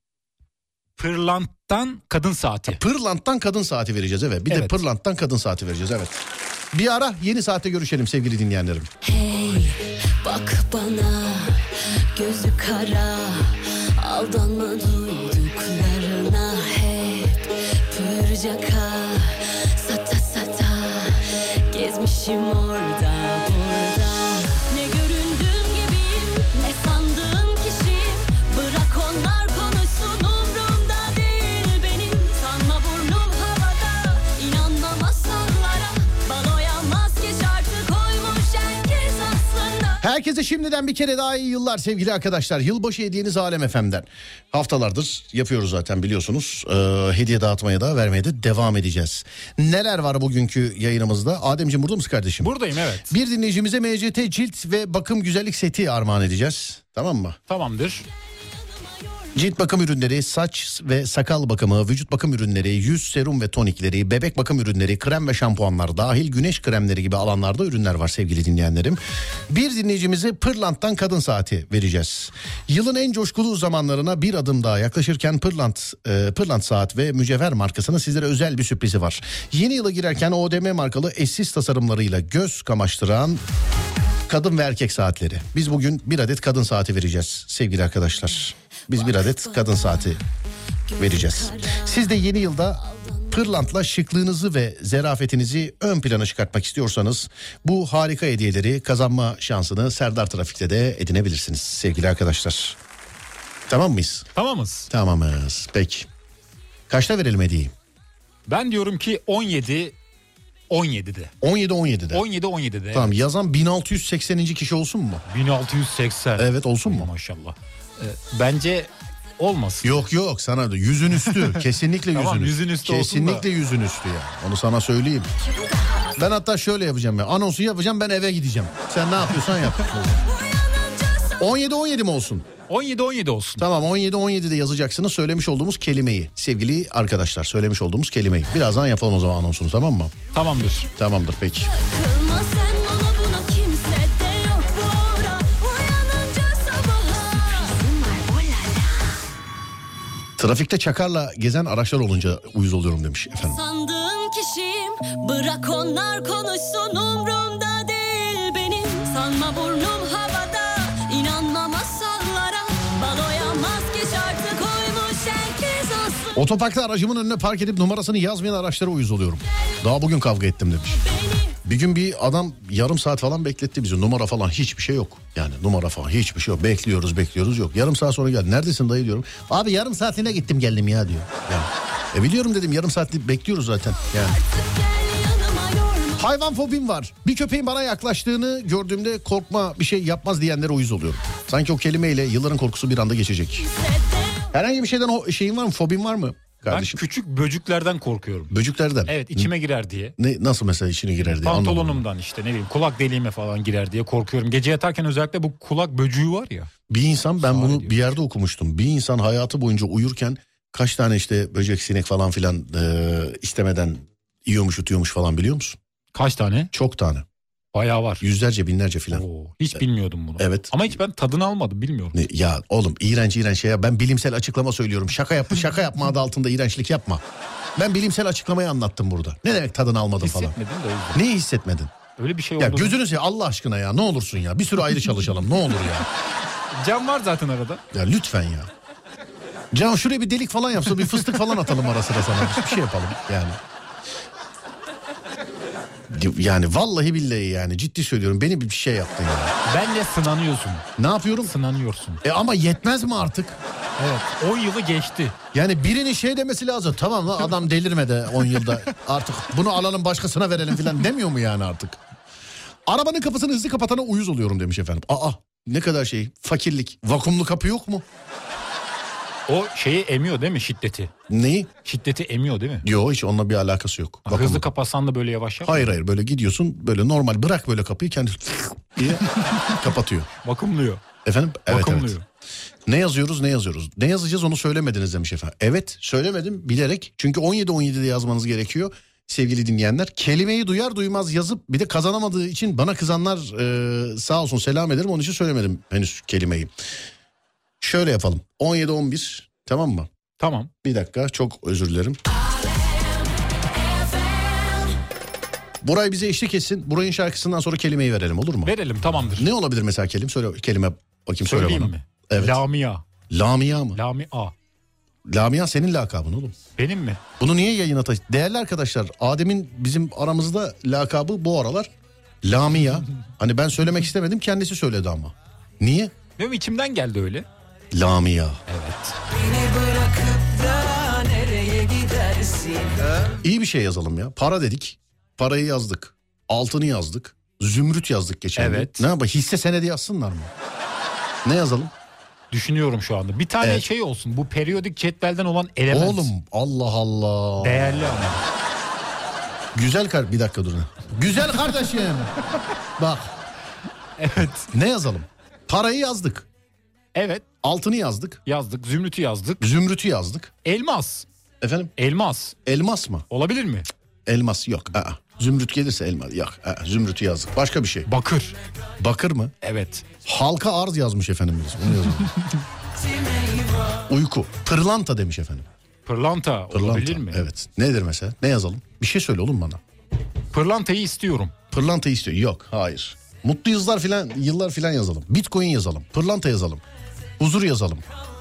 Pırlant'tan kadın saati. Pırlant'tan kadın saati vereceğiz, evet. Bir Evet. de pırlant'tan kadın saati vereceğiz, evet. Bir ara yeni saatte görüşelim sevgili dinleyenlerim. Hey, bak bana, gözü kara, aldanma duyduklarına. Hep pürcaka, sata sata, gezmişim orada burada. Ne göründüğüm gibiyim, ne sandığım kişiyim. Bırak onlar konuşsun, umrumda değil benim. Sanma burnum havada, inanma masallara. Baloya maske şarkı koymuş herkes aslında. Herkese şimdiden bir kere daha iyi yıllar sevgili arkadaşlar. Yılbaşı hediyeniz Alem F M'den. Haftalardır yapıyoruz zaten biliyorsunuz. Ee, hediye dağıtmaya da vermeye de devam edeceğiz. Neler var bugünkü yayınımızda? Ademciğim burada mısın kardeşim? Buradayım, evet. Bir dinleyicimize M C T cilt ve bakım güzellik seti armağan edeceğiz. Tamam mı? Tamamdır. Cilt bakım ürünleri, saç ve sakal bakımı, vücut bakım ürünleri, yüz serum ve tonikleri, bebek bakım ürünleri, krem ve şampuanlar dahil güneş kremleri gibi alanlarda ürünler var sevgili dinleyenlerim. Bir dinleyicimize Pırlant'tan kadın saati vereceğiz. Yılın en coşkulu zamanlarına bir adım daha yaklaşırken Pırlant, e, Pırlant saat ve mücevher markasının sizlere özel bir sürprizi var. Yeni yıla girerken O D M markalı eşsiz tasarımlarıyla göz kamaştıran kadın ve erkek saatleri. Biz bugün bir adet kadın saati vereceğiz sevgili arkadaşlar. Biz bir adet kadın saati vereceğiz. Siz de yeni yılda Pırlant'la şıklığınızı ve zerafetinizi ön plana çıkartmak istiyorsanız bu harika hediyeleri kazanma şansını Serdar Trafik'te de edinebilirsiniz sevgili arkadaşlar. Tamam mıyız? Tamamız. Tamamız. Peki. Kaçta verelim hediyeyi? Ben diyorum ki on yedi on yedide. on yedi on yedide. on yedi on yedide. Tamam, evet. yazan bin altı yüz sekseninci kişi olsun mu? bin altı yüz seksen. Evet, olsun mu? Maşallah. Ee, bence olmasın. Yok yok, sana da yüzün üstü. Kesinlikle yüzün Tamam, üstü. yüzün üstü olsun Kesinlikle da. yüzün üstü ya. Onu sana söyleyeyim. Ben hatta şöyle yapacağım ya. Anonsu yapacağım, ben eve gideceğim. Sen ne yapıyorsan yap. on yedi on yedi mi olsun? on yedi on yedi olsun. Tamam, on yedi on yedide yazacaksınız söylemiş olduğumuz kelimeyi. Sevgili arkadaşlar, söylemiş olduğumuz kelimeyi. Birazdan yapalım o zaman anonsunu, tamam mı? Tamamdır. Tamamdır peki. Kılma sen ona buna, kimse de yok bu ara. Uyanınca sabaha sürprizim var, olala. Trafikte çakarla gezen araçlar olunca uyuz oluyorum demiş efendim. Sandığım kişiyim, bırak onlar konuşsun, umrumda değil benim. Sanma burnum havada, inanma masallara. Baloya maske şarkı koymuş herkes aslında. Otoparkta aracımın önüne park edip numarasını yazmayan araçlara uyuz oluyorum. Daha bugün kavga ettim demiş. Bir gün bir adam yarım saat falan bekletti bizi. Numara falan hiçbir şey yok. Yani numara falan hiçbir şey yok. Bekliyoruz bekliyoruz yok. Yarım saat sonra geldi. Neredesin dayı diyorum. Abi yarım saatine gittim geldim ya diyor. Yani. E biliyorum dedim, yarım saat bekliyoruz zaten. Yani. Hayvan fobim var. Bir köpeğin bana yaklaştığını gördüğümde korkma, bir şey yapmaz diyenlere uyuz oluyorum. Sanki o kelimeyle yılların korkusu bir anda geçecek. Herhangi bir şeyden o şeyin var mı? Fobin var mı kardeşim? Ben küçük böcüklerden korkuyorum. Böcüklerden. Evet, içime girer diye. Ne, nasıl mesela içine girer diye anlamadım. Pantolonumdan işte, ne bileyim, kulak deliğime falan girer diye korkuyorum. Gece yatarken özellikle bu kulak böcüğü var ya. Bir insan, ben Sağ bunu ediyor. bir yerde okumuştum. Bir insan hayatı boyunca uyurken kaç tane işte böcek, sinek falan filan e, istemeden yiyormuş, yutuyormuş falan, biliyor musun? Kaç tane? Çok tane. Bayağı var. Yüzlerce, binlerce filan. Oo, hiç bilmiyordum bunu. Evet. Ama hiç ben tadını almadım, bilmiyorum. Ne, ya oğlum, iğrenç iğrenç şey ya. Ben bilimsel açıklama söylüyorum. Şaka yapma, şaka yapma adı altında iğrençlik yapma. Ben bilimsel açıklamayı anlattım burada. Ne demek tadını almadım falan. Hissetmedim de o yüzden. Neyi hissetmedin? Öyle bir şey Ya oldu. gözünü seveyim Allah aşkına ya, ne olursun ya. Bir sürü ayrı çalışalım ne olur ya. Cam var zaten arada. Ya lütfen ya. Can şuraya bir delik falan yapsa, bir fıstık falan atalım ara sıra sana. Bir şey yapalım yani. Yani vallahi billahi yani ciddi söylüyorum, beni bir şey yaptın ya. Benle sınanıyorsun. Ne yapıyorum? Sınanıyorsun. E ama yetmez mi artık? Evet, on yılı geçti. Yani birinin şey demesi lazım. Tamam lan adam delirme de on yılda artık bunu alalım başkasına verelim falan demiyor mu yani artık? Arabanın kapısını hızlı kapatana uyuz oluyorum demiş efendim. Aa ne kadar şey, fakirlik. Vakumlu kapı yok mu? O şeyi emiyor değil mi, şiddeti? Neyi? Şiddeti emiyor değil mi? Yok, hiç onunla bir alakası yok. Hızlı Vakumlu. kapatsan da böyle yavaş yap. Hayır hayır, böyle gidiyorsun böyle normal, bırak böyle kapıyı kendi diye kapatıyor. Vakumluyor. Efendim? Evet Vakumluyor. evet. Ne yazıyoruz ne yazıyoruz? Ne yazacağız onu söylemediniz demiş efendim. Evet söylemedim bilerek, çünkü on yedi on yedide yazmanız gerekiyor sevgili dinleyenler. Kelimeyi duyar duymaz yazıp bir de kazanamadığı için bana kızanlar e, sağ olsun, selam ederim, onun için söylemedim henüz kelimeyi. Şöyle yapalım, on yedi on bir, tamam mı? Tamam. Bir dakika, çok özür dilerim. Buray bize eşlik etsin. Burayın şarkısından sonra kelimeyi verelim, olur mu? Verelim, tamamdır. Ne olabilir mesela kelime? Söyle kelime bakayım, söyle Söyleyeyim bana. mi? Evet. Lamia. Lamia mı? Lamia. Lamia senin lakabın oğlum. Benim mi? Bunu niye yayına taşı... Değerli arkadaşlar, Adem'in bizim aramızda lakabı bu aralar Lamia. Hani ben söylemek istemedim, kendisi söyledi ama. Niye? Benim içimden geldi öyle. Lamia. Evet. İyi bir şey yazalım ya. Para dedik. Parayı yazdık. Altını yazdık. Zümrüt yazdık geçen gün. Evet. Ne yapalım? Hisse senedi yazsınlar mı? Ne yazalım? Düşünüyorum şu anda. Bir tane Evet. şey olsun. Bu periyodik cetvelden olan element. Oğlum Allah Allah. Değerli ama. Güzel kar... Bir dakika durun. Güzel kardeşim. Bak. Evet. Ne yazalım? Parayı yazdık. Evet. Altını yazdık. Yazdık. Zümrüt'ü yazdık. Zümrütü yazdık. Elmas. Efendim? Elmas. Elmas mı? Olabilir mi? Elmas yok. Aa. Zümrüt gelirse elmas yok. Aa. Zümrütü yazdık. Başka bir şey. Bakır. Bakır mı? Evet. Halka arz yazmış efendimiz. Onu yazalım. Uyku. Pırlanta demiş efendim. Pırlanta, Pırlanta. olabilir mi? Evet. Nedir mesela? Ne yazalım? Bir şey söyle oğlum bana. Pırlantayı istiyorum. Pırlanta istiyor. Yok. Hayır. Mutlu yıllar filan, yıllar filan yazalım. Bitcoin yazalım. Pırlanta yazalım. Huzur yazalım.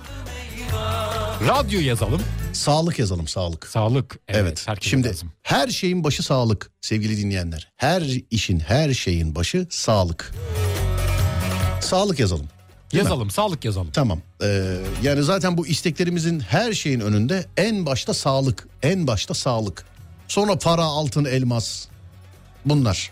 Radyo yazalım. Sağlık yazalım. Sağlık. Sağlık. Evet. Evet. herkese Şimdi lazım. her şeyin başı sağlık sevgili dinleyenler. Her işin, her şeyin başı sağlık. Sağlık yazalım. Değil mi? Yazalım. Sağlık yazalım. Tamam. Ee, yani zaten bu isteklerimizin her şeyin önünde en başta sağlık. En başta sağlık. Sonra para, altın, elmas. Bunlar.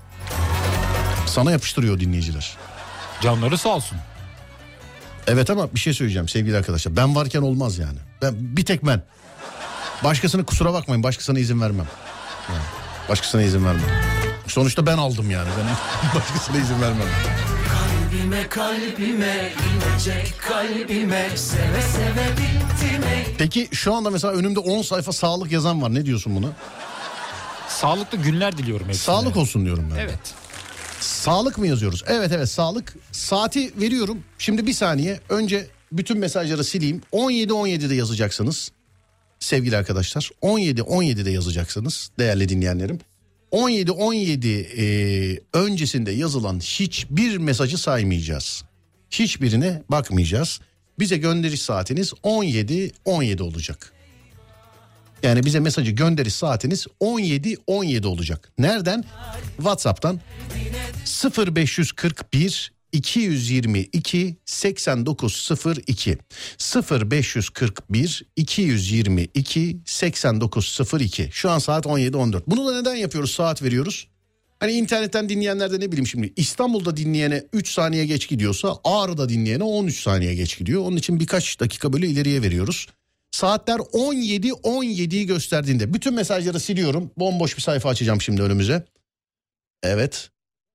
Sana yapıştırıyor dinleyiciler. Canları sağ olsun. Evet ama bir şey söyleyeceğim sevgili arkadaşlar. Ben varken olmaz yani. Ben bir tek ben. Başkasını kusura bakmayın. Başkasına izin vermem. Yani başkasına izin vermem. Sonuçta ben aldım yani. Ben başkasına izin vermem. Kalbime kalbime inecek kalbime seve seve bittime. Peki şu anda mesela önümde on sayfa sağlık yazan var. Ne diyorsun buna? Sağlıklı günler diliyorum hepsine. Sağlık olsun diyorum ben. Evet. Sağlık mı yazıyoruz? Evet evet sağlık. Saati veriyorum. Şimdi bir saniye. Önce bütün mesajları sileyim. on yedi on yedide yazacaksınız. Sevgili arkadaşlar. on yedi on yedide yazacaksınız. Değerli dinleyenlerim. on yedi on yedi e, öncesinde yazılan hiçbir mesajı saymayacağız. Hiçbirine bakmayacağız. Bize gönderiş saatiniz on yedi on yedi olacak. Yani bize mesajı gönderiş saatiniz on yedi on yedi olacak. Nereden? WhatsApp'tan sıfır beş kırk bir iki yüz yirmi iki seksen dokuz sıfır iki sıfır beş kırk bir iki yüz yirmi iki seksen dokuz sıfır iki. Şu an saat on yedi on dört. Bunu da neden yapıyoruz? Saat veriyoruz. Hani internetten dinleyenler de ne bileyim şimdi İstanbul'da dinleyene üç saniye geç gidiyorsa Ağrı'da dinleyene on üç saniye geç gidiyor. Onun için birkaç dakika böyle ileriye veriyoruz. Saatler on yedi on yediyi gösterdiğinde bütün mesajları siliyorum. Bomboş bir sayfa açacağım şimdi önümüze. Evet.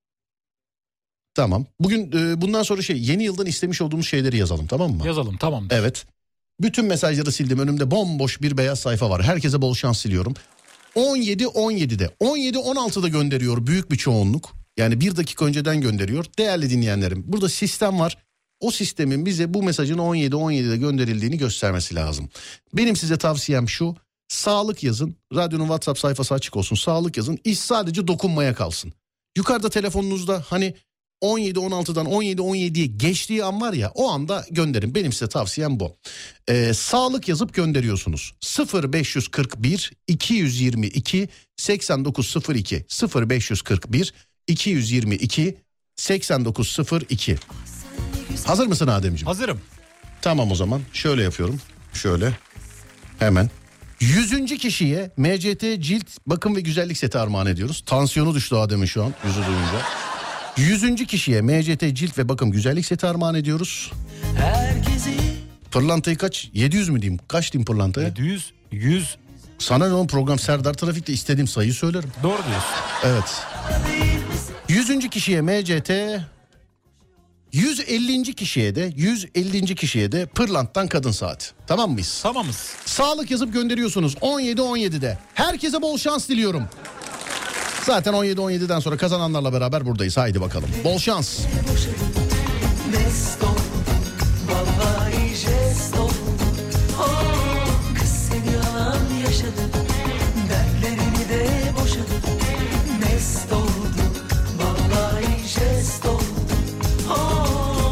Tamam. Bugün e, bundan sonra şey yeni yıldan istemiş olduğumuz şeyleri yazalım, tamam mı? Yazalım, tamamdır. Evet. Bütün mesajları sildim. Önümde bomboş bir beyaz sayfa var. Herkese bol şans diliyorum. on yedi on yedide on yedi on altıda gönderiyor büyük bir çoğunluk. Yani bir dakika önceden gönderiyor. Değerli dinleyenlerim, burada sistem var. O sistemin bize bu mesajın on yedi on yedide gönderildiğini göstermesi lazım. Benim size tavsiyem şu. Sağlık yazın. Radyonun WhatsApp sayfası açık olsun. Sağlık yazın. İş sadece dokunmaya kalsın. Yukarıda telefonunuzda hani on yedi on altıdan on yedi on yediye geçtiği an var ya, o anda gönderin. Benim size tavsiyem bu. Ee, sağlık yazıp gönderiyorsunuz. sıfır beş kırk bir iki yüz yirmi iki seksen dokuz sıfır iki sıfır beş kırk bir iki yüz yirmi iki seksen dokuz sıfır iki. Hazır mısın Ademciğim? Hazırım. Tamam, o zaman şöyle yapıyorum. Şöyle hemen. Yüzüncü kişiye M C T cilt bakım ve güzellik seti armağan ediyoruz. Tansiyonu düştü Adem'in şu an yüzü duyunca. Yüzüncü kişiye M C T cilt ve bakım güzellik seti armağan ediyoruz. Herkesi Pırlantayı kaç? yedi yüz mü diyeyim? Kaç diyeyim pırlantaya? yedi yüz, yüz. Sana ne oğlum, program Serdar Trafik'te istediğim sayıyı söylerim. Doğru diyorsun. Evet. Yüzüncü kişiye M C T, yüz ellinci kişiye de yüz ellinci kişiye de Pırlant'tan kadın saati. Tamam mıyız? Tamamız. Sağlık yazıp gönderiyorsunuz on yedi on yedide. Herkese bol şans diliyorum. Zaten on yedi on yediden sonra kazananlarla beraber buradayız. Haydi bakalım. Bol şans. mest oldum, vallahi jest oldum. Oh, kız seni yalan yaşadım, dertlerini de boşadım. Mest oldum, vallahi jest oldum. Oh.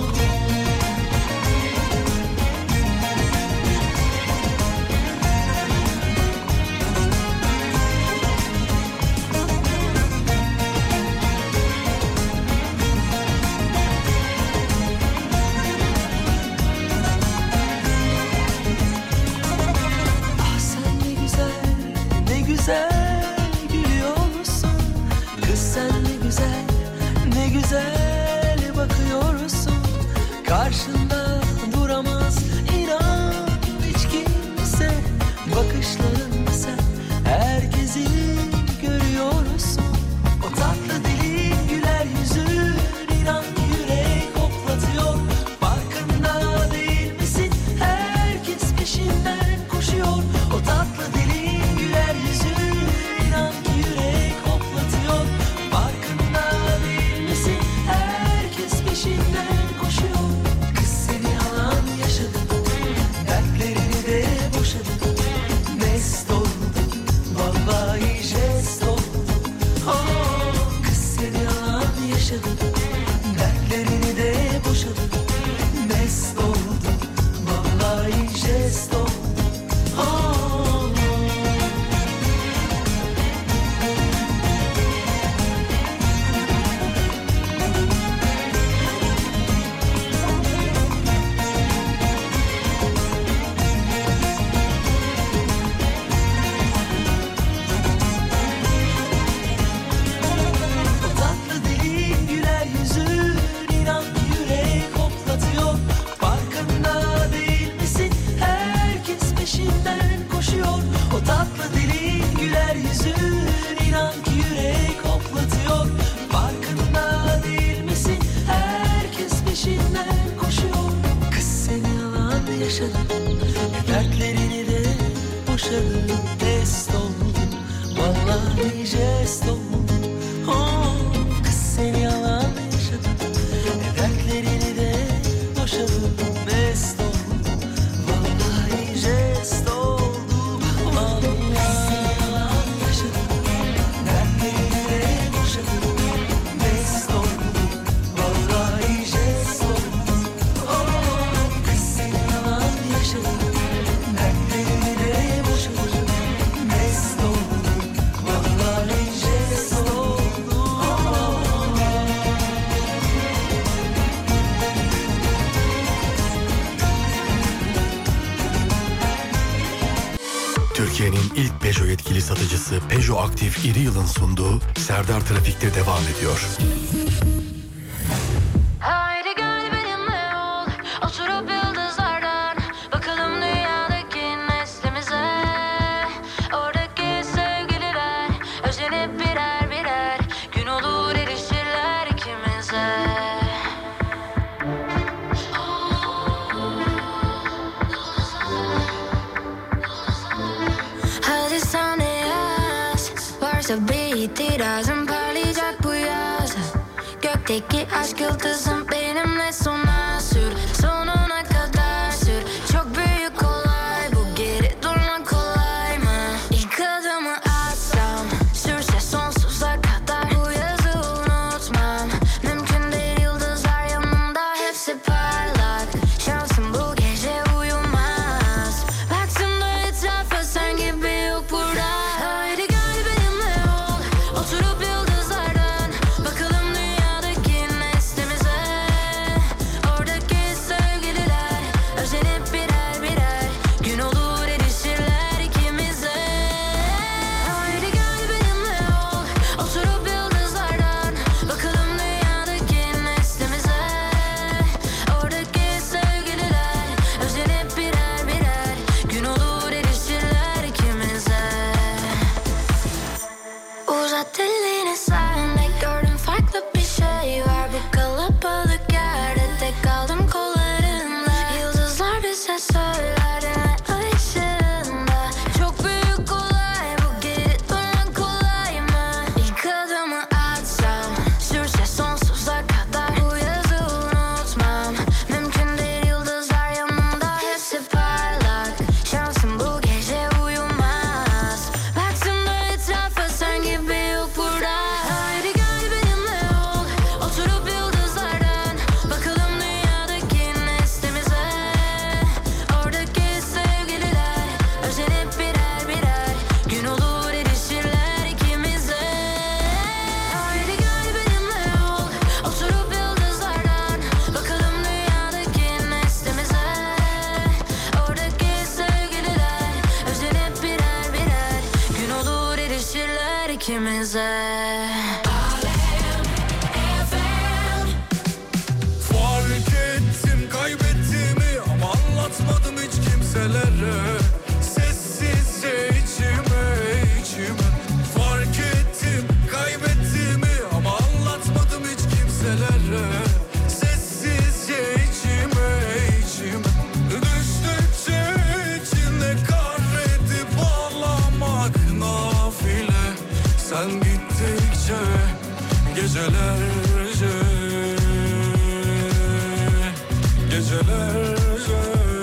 Ah sen ne güzel, ne güzel gülüyorsun. Kız sen ne güzel, ne güzel bakıyorsun. Karşında duramaz inan hiç kimse. Bakışlarınla sen herkesi görüyorsun. O tatlı dilin, güler yüzün, inan yürek hoplatıyor. Farkında değil misin? Herkes peşinden koşuyor. O tatlı dilin, güler yüzün, inan yürek hoplatıyor. Farkında değil misin? Herkes peşinden koşuyor. Kız seni yalan yaşadım, dertlerini de boşadım. Mest oldum, vallahi jest oldum. Oh, kız seni yalan yaşadım, dertlerini de boşadım. Mest oldum, vallahi jest oldum. Oh. O tatlı dilin, güler yüzün, inan yürek hoplatıyor. Farkında değil misin? Herkes peşinden koşuyor. O tatlı dilin, güler yüzün, inan ki yürek hoplatıyor. Farkında değil misin? Herkes peşinden koşuyor. Kız seni yalan yaşadım, dertlerini de boşadım. Mest oldum, vallahi jest oldum. Oh, kız seni yalan yaşadım, dertlerini de boşadım. Mest oldum, vallahi jest oldum. Vallahi seni yalan yaşadım, dertlerini de boşadım. Mest oldum, vallahi jest oldum. Oh, kız seni yalan yaşadım, dertlerini de boşadım. Mest oldum, vallahi jest oldum. Türkiye'nin ilk Peugeot yetkili satıcısı Peugeot Aktif İri Yıl'ın sunduğu Serdar Trafik'te devam ediyor. Haydi gel benimle ol, oturup yıldızlardan bakalım dünyadaki neslimize. Oradaki sevgililer özenip birer birer gün olur erişirler ikimize. Hadi sen de yaz, varsa bir itirazın parlayacak bu yaz. Gökteki aşk yıldızım benimle sona sür, sonuna kadar sür. Çok büyük olay bu, geri durmak kolay mı? İlk adımı atsam, sürse sonsuza kadar bu yazı unutmam. Mümkün değil ikimize. Fark ettim kaybettiğimi ama anlatmadım hiç kimselere. Sessizce içime içime. Fark ettim kaybettiğimi ama anlatmadım hiç kimselere. Sessizce içime içime. Düştükçe içinde kahredip ağlamak nafile. Sen gittikçe gecelerce Gecelerce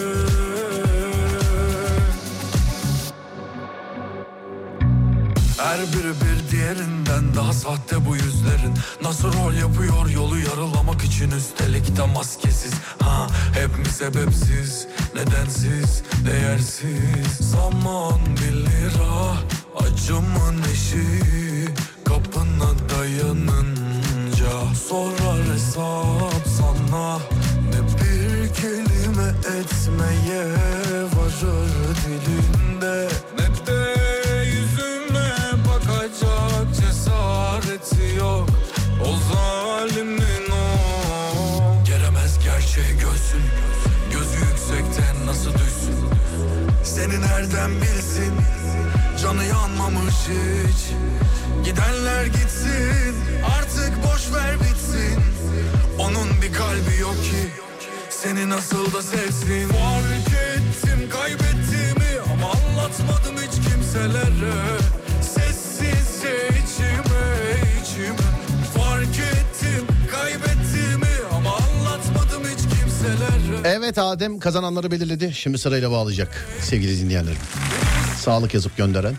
her biri bir diğerinden daha sahte bu yüzlerin. Nasıl rol yapıyor yolu yarılamak için, üstelik de maskesiz. Ha, hep mi sebepsiz, nedensiz, değersiz. Zaman bir lira, acımın eşiği kapına dayanınca sorar hesap sana. Ne bir kelime etmeye varır dilinde, ne de yüzüme bakacak cesareti yok o zalimin. O gelemez gerçeği göğsün, gözü yüksekten nasıl düşsün? Seni nereden bilsin, canı yanmamış hiç. Gidenler gitsin, artık boş ver bitsin. Onun bir kalbi yok ki seni nasıl da sevsin. Fark ettim kaybettiğimi ama anlatmadım hiç kimselere. Sessizce içime içime. Fark ettim kaybettiğimi ama anlatmadım hiç kimselere. Evet, Adem kazananları belirledi. Şimdi sırayla bağlayacak sevgili dinleyenlerim. Sağlık yazıp gönderen.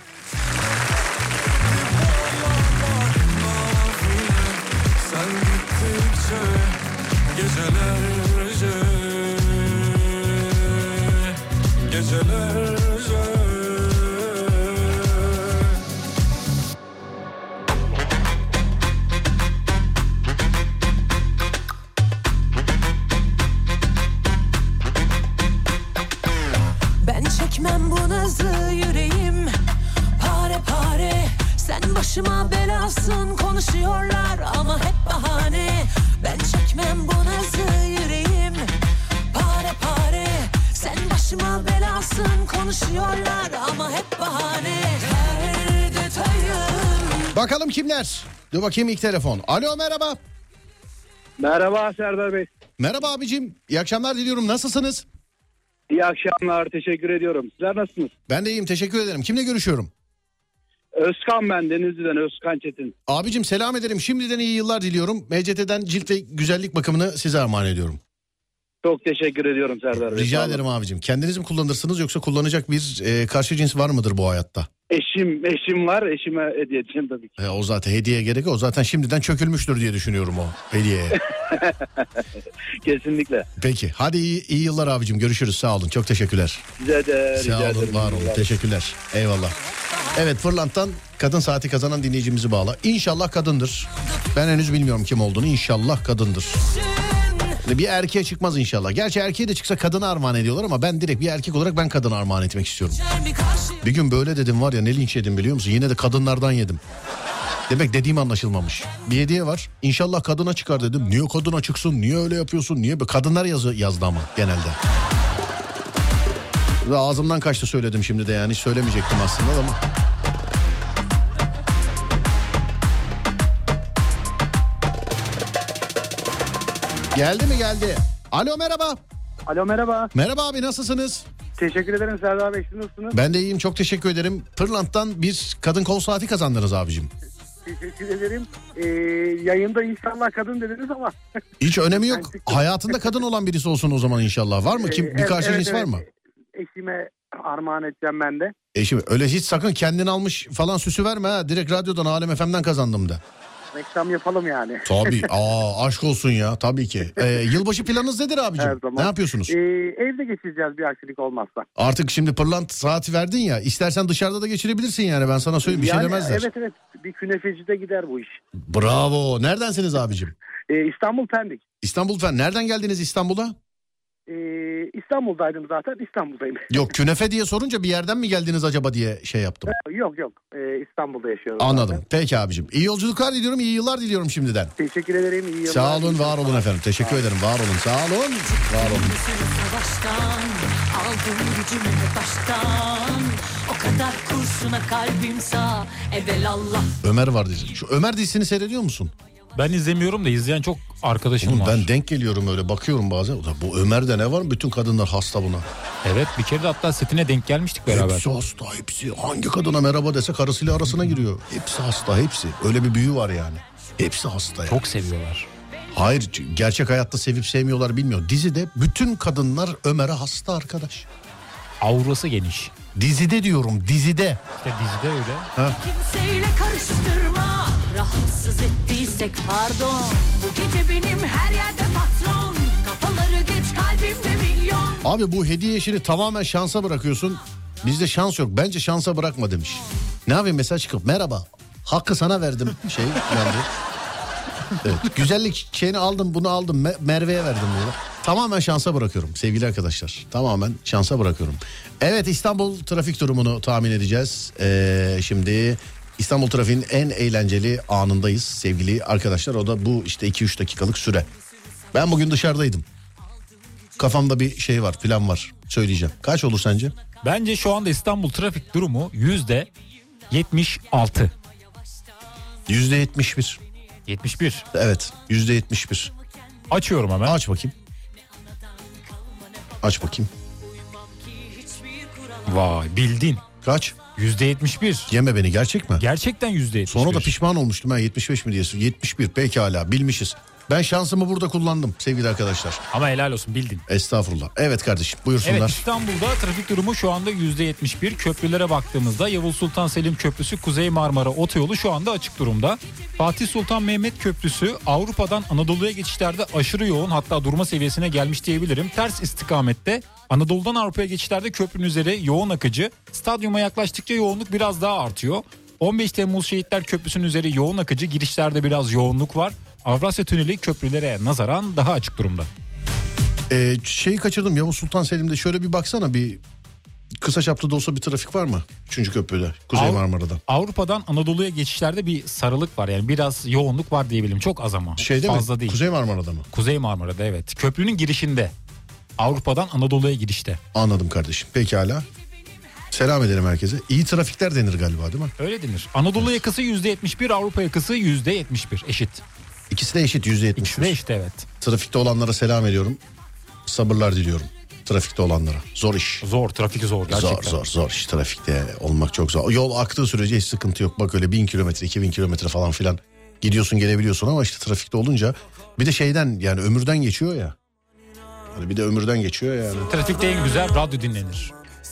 Sen gittikçe gecelerce Gecelerce Ben çekmem bu nazı yüreğim pare pare. Sen başıma belasın konuşuyorlar ama hep bahane. Ben çekmem bu nazı yüreğim pare pare. Sen başıma belasın konuşuyorlar ama hep bahane. Her detayım. Bakalım kimler? Dur bakayım ilk telefon. Alo, merhaba. Merhaba Serdar Bey. Merhaba abicim. İyi akşamlar diliyorum. Nasılsınız? İyi akşamlar, teşekkür ediyorum. Sizler nasılsınız? Ben de iyiyim, teşekkür ederim. Kimle görüşüyorum? Özkan ben, Denizli'den Özkan Çetin. Abicim selam ederim. Şimdiden iyi yıllar diliyorum. M C T'den cilt ve güzellik bakımını size armağan ediyorum. Çok teşekkür ediyorum Serdar Bey. Rica ederim abicim. Kendiniz mi kullanırsınız yoksa kullanacak bir e, karşı cins var mıdır bu hayatta? Eşim, eşim var. Eşime hediye edeceğim tabii ki. E, o zaten hediye gerek. O zaten şimdiden çökülmüştür diye düşünüyorum o hediyeye. Kesinlikle. Peki. Hadi iyi, iyi yıllar abicim. Görüşürüz. Sağ olun. Çok teşekkürler. Size de rica Sağ olun, ederim. var olun. Teşekkürler. Eyvallah. Evet, Fırlant'tan kadın saati kazanan dinleyicimizi bağla. İnşallah kadındır. Ben henüz bilmiyorum kim olduğunu. İnşallah kadındır. Bir erkeğe çıkmaz inşallah. Gerçi erkeğe de çıksa kadına armağan ediyorlar ama ben direkt bir erkek olarak ben kadına armağan etmek istiyorum. Bir gün böyle dedim var ya, ne linç yedim biliyor musun? Yine de kadınlardan yedim. Demek dediğim anlaşılmamış. Bir hediye var. İnşallah kadına çıkar dedim. Niye kadına çıksın? Niye öyle yapıyorsun? Niye? Kadınlar yazı, yazdı ama genelde. Ve ağzımdan kaçtı söyledim şimdi de, yani hiç söylemeyecektim aslında ama. Geldi mi geldi? Alo, merhaba. Alo, merhaba. Merhaba abi, nasılsınız? Teşekkür ederim Serdar Bey. Siz nasılsınız? Ben de iyiyim, çok teşekkür ederim. Pırlant'tan bir kadın kol saati kazandınız abicim. Teşekkür ederim. Ee, yayında inşallah kadın dediniz ama. Hiç önemi yok. Hayatında kadın olan birisi olsun o zaman inşallah. Var mı? Kim, bir karşı cins evet, var mı? Eşime armağan edeceğim ben de. Eşim, öyle hiç sakın kendin almış falan süsü verme ha. Direkt radyodan Alem F M'den kazandım da. Reklam yapalım yani. Tabii. Aa, aşk olsun ya, tabii ki. Ee, yılbaşı planınız nedir abicim? Her zaman. Ne yapıyorsunuz? Ee, evde geçireceğiz bir aksilik olmazsa. Artık şimdi pırlant saati verdin ya. İstersen dışarıda da geçirebilirsin yani. Ben sana söyleyeyim, bir yani, şey demezler. Evet evet, bir künefecide gider bu iş. Bravo. Neredensiniz abicim? Ee, İstanbul Pendik. İstanbul Fen. Nereden geldiniz İstanbul'a? Ee, İstanbul'daydım zaten, İstanbul'dayım. Yok, künefe diye sorunca bir yerden mi geldiniz acaba diye şey yaptım. Yok yok, ee, İstanbul'da yaşıyorum. Anladım. Zaten. Peki abicim. İyi yolculuklar diliyorum, iyi yıllar diliyorum şimdiden. Teşekkür ederim, iyi yıllar. Sağ olun, var olun efendim. Teşekkür ederim, var olun, sağ olun. Var olun. Savaştan aldım gücümü baştan. O kadar kurşuna kalbim sağ. Evelallah. Ömer var dizisi. Şu Ömer dizisini seyrediyor musun? Ben izlemiyorum da izleyen çok arkadaşım Oğlum var. ben denk geliyorum öyle, bakıyorum bazen. Ulan bu Ömer'de ne var? Bütün kadınlar hasta buna. Evet, bir kere de hatta setine denk gelmiştik beraber. Hepsi hasta, hepsi. Hangi kadına merhaba dese karısıyla arasına giriyor. Hepsi hasta, hepsi. Öyle bir büyü var yani. Hepsi hasta yani. Çok seviyorlar. Hayır, gerçek hayatta sevip sevmiyorlar bilmiyor. Dizide bütün kadınlar Ömer'e hasta arkadaş. Aurası geniş. Dizide diyorum, dizide. İşte dizide öyle. Kimseyle karıştırma. Rahatsız ettiysek pardon. Bu gece benim her yerde patron. Kafaları geç kalbimde milyon. Abi bu hediye işini tamamen şansa bırakıyorsun. Bizde şans yok. Bence şansa bırakma demiş. Ne yapayım mesela, çıkıp merhaba, hakkı sana verdim şey yani. Evet, güzellik şeyini aldım, bunu aldım, Merve'ye verdim bunu. Tamamen şansa bırakıyorum sevgili arkadaşlar. Tamamen şansa bırakıyorum. Evet, İstanbul trafik durumunu tahmin edeceğiz. Ee, şimdi İstanbul trafiğinin en eğlenceli anındayız sevgili arkadaşlar. O da bu işte iki üç dakikalık süre. Ben bugün dışarıdaydım. Kafamda bir şey var, plan var, söyleyeceğim. Kaç olur sence? Bence şu anda İstanbul trafik durumu yüzde yetmiş altı. Yüzde yetmiş bir. yetmiş bir. Evet, yüzde yetmiş bir. Açıyorum hemen. Aç bakayım. Aç bakayım. Vay, bildin. Kaç? yüzde yetmiş bir. Yeme beni, gerçek mi? Gerçekten yüzde yetmiş bir. Sonra da pişman olmuştum ha, yetmiş beş mi diyorsun? yetmiş bir, pekala, bilmişiz. Ben şansımı burada kullandım sevgili arkadaşlar. Ama helal olsun, bildin. Estağfurullah. Evet kardeşim, buyursunlar. Evet, İstanbul'da trafik durumu şu anda yüzde yetmiş bir. Köprülere baktığımızda Yavuz Sultan Selim Köprüsü, Kuzey Marmara Otoyolu şu anda açık durumda. Fatih Sultan Mehmet Köprüsü Avrupa'dan Anadolu'ya geçişlerde aşırı yoğun, hatta durma seviyesine gelmiş diyebilirim. Ters istikamette Anadolu'dan Avrupa'ya geçişlerde köprünün üzeri yoğun akıcı. Stadyuma yaklaştıkça yoğunluk biraz daha artıyor. on beş Temmuz Şehitler Köprüsü'nün üzeri yoğun akıcı, girişlerde biraz yoğunluk var. Avrasya Tüneli köprülere nazaran daha açık durumda. Ee, şeyi kaçırdım, Yavuz Sultan Selim'de şöyle bir baksana, bir kısa çapta da olsa bir trafik var mı? Üçüncü köprüde, Kuzey Av- Marmara'da. Avrupa'dan Anadolu'ya geçişlerde bir sarılık var, yani biraz yoğunluk var diyebilirim. Çok az ama. Şeyde fazla mi? değil. Kuzey Marmara'da mı? Kuzey Marmara'da, evet. Köprünün girişinde. Avrupa'dan Anadolu'ya girişte. Anladım kardeşim. Pekala. Selam edelim herkese. İyi trafikler denir galiba, değil mi? Öyle denir. Anadolu yakası yüzde yetmiş bir, Avrupa yakası yüzde yetmiş bir. Eşit. İkisi de eşit, yüzde yetmiş İkisi de eşit, evet. Trafikte olanlara selam ediyorum. Sabırlar diliyorum trafikte olanlara. Zor iş. Zor, trafik zor gerçekten. Zor zor zor iş, trafikte olmak çok zor. Yol aktığı sürece hiç sıkıntı yok. Bak öyle bin kilometre, iki bin kilometre falan filan gidiyorsun, gelebiliyorsun ama işte trafikte olunca bir de şeyden, yani ömürden geçiyor ya. Hani bir de ömürden geçiyor yani. Trafikte en güzel radyo dinlenir.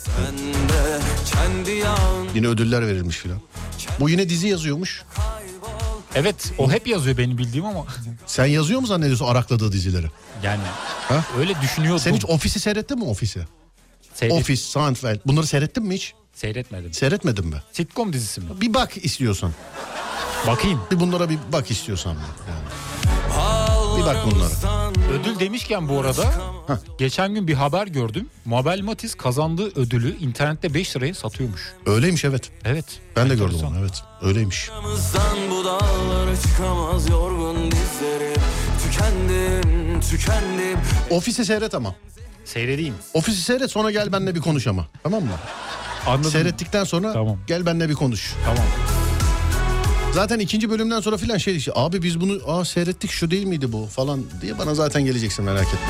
Yine ödüller verilmiş filan. Bu yine dizi yazıyormuş. Evet, o hep yazıyor benim bildiğim ama. Sen yazıyor mu zannediyorsun arakladığı dizileri? Yani Ha? öyle düşünüyordum. Sen hiç Ofis'i seyrettin mi, Ofis'i? Seyret- Ofis, Seinfeld, bunları seyrettin mi hiç? Seyretmedim. Seyretmedin mi? Sitcom dizisi mi? Bir bak istiyorsan. Bakayım. Bir bunlara bir bak istiyorsan. Yani. Bir bak bunlara. Ödül demişken bu arada Heh. geçen gün bir haber gördüm. Mabel Matiz kazandığı ödülü internette beş liraya satıyormuş. Öyleymiş, evet. Evet. Ben de gördüm enteresan. onu, evet. Öyleymiş. Bu dağlara çıkamaz yorgun dizlerim. Tükendim, tükendim. Ofisi seyret ama. Seyredeyim. Ofisi seyret, sonra gel benimle bir konuş ama. Tamam mı? Anladım. Seyrettikten sonra Tamam. gel benimle bir konuş. Tamam. Zaten ikinci bölümden sonra filan şey işte, abi biz bunu aa seyrettik, şu değil miydi bu falan diye bana zaten geleceksin, merak etme.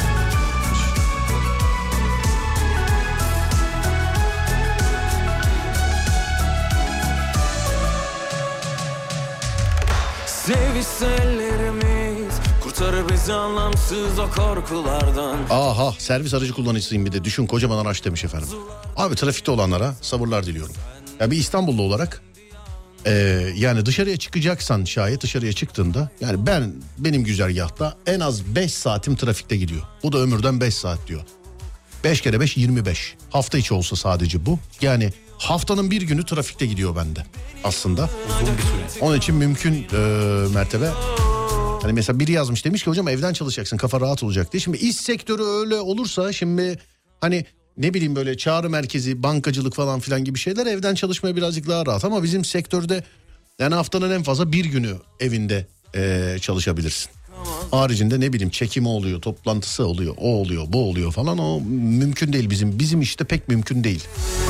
Sevişsellerimiz kurtarır bizi anlamsız o korkulardan. Aha, servis aracı kullanıcısıyım bir de, düşün, kocaman araç demiş efendim. Abi trafikte olanlara sabırlar diliyorum. Ya bir İstanbullu olarak e, yani dışarıya çıkacaksan, şayet dışarıya çıktığında, yani ben benim güzergahta en az beş saatim trafikte gidiyor. Bu da ömürden beş saat diyor. beş kere beş yirmi beş. Hafta içi olsa sadece bu. Yani haftanın bir günü trafikte gidiyor bende aslında. Onun için mümkün e, mertebe. Hani mesela biri yazmış, demiş ki hocam evden çalışacaksın, kafa rahat olacak diye. Şimdi iş sektörü öyle olursa, şimdi Hani ne bileyim böyle çağrı merkezi, bankacılık falan filan gibi şeyler evden çalışmaya birazcık daha rahat. Ama bizim sektörde yani haftanın en fazla bir günü evinde ee, çalışabilirsin. Haricinde ne bileyim çekimi oluyor, toplantısı oluyor, o oluyor, bu oluyor falan, o mümkün değil bizim. Bizim işte pek mümkün değil.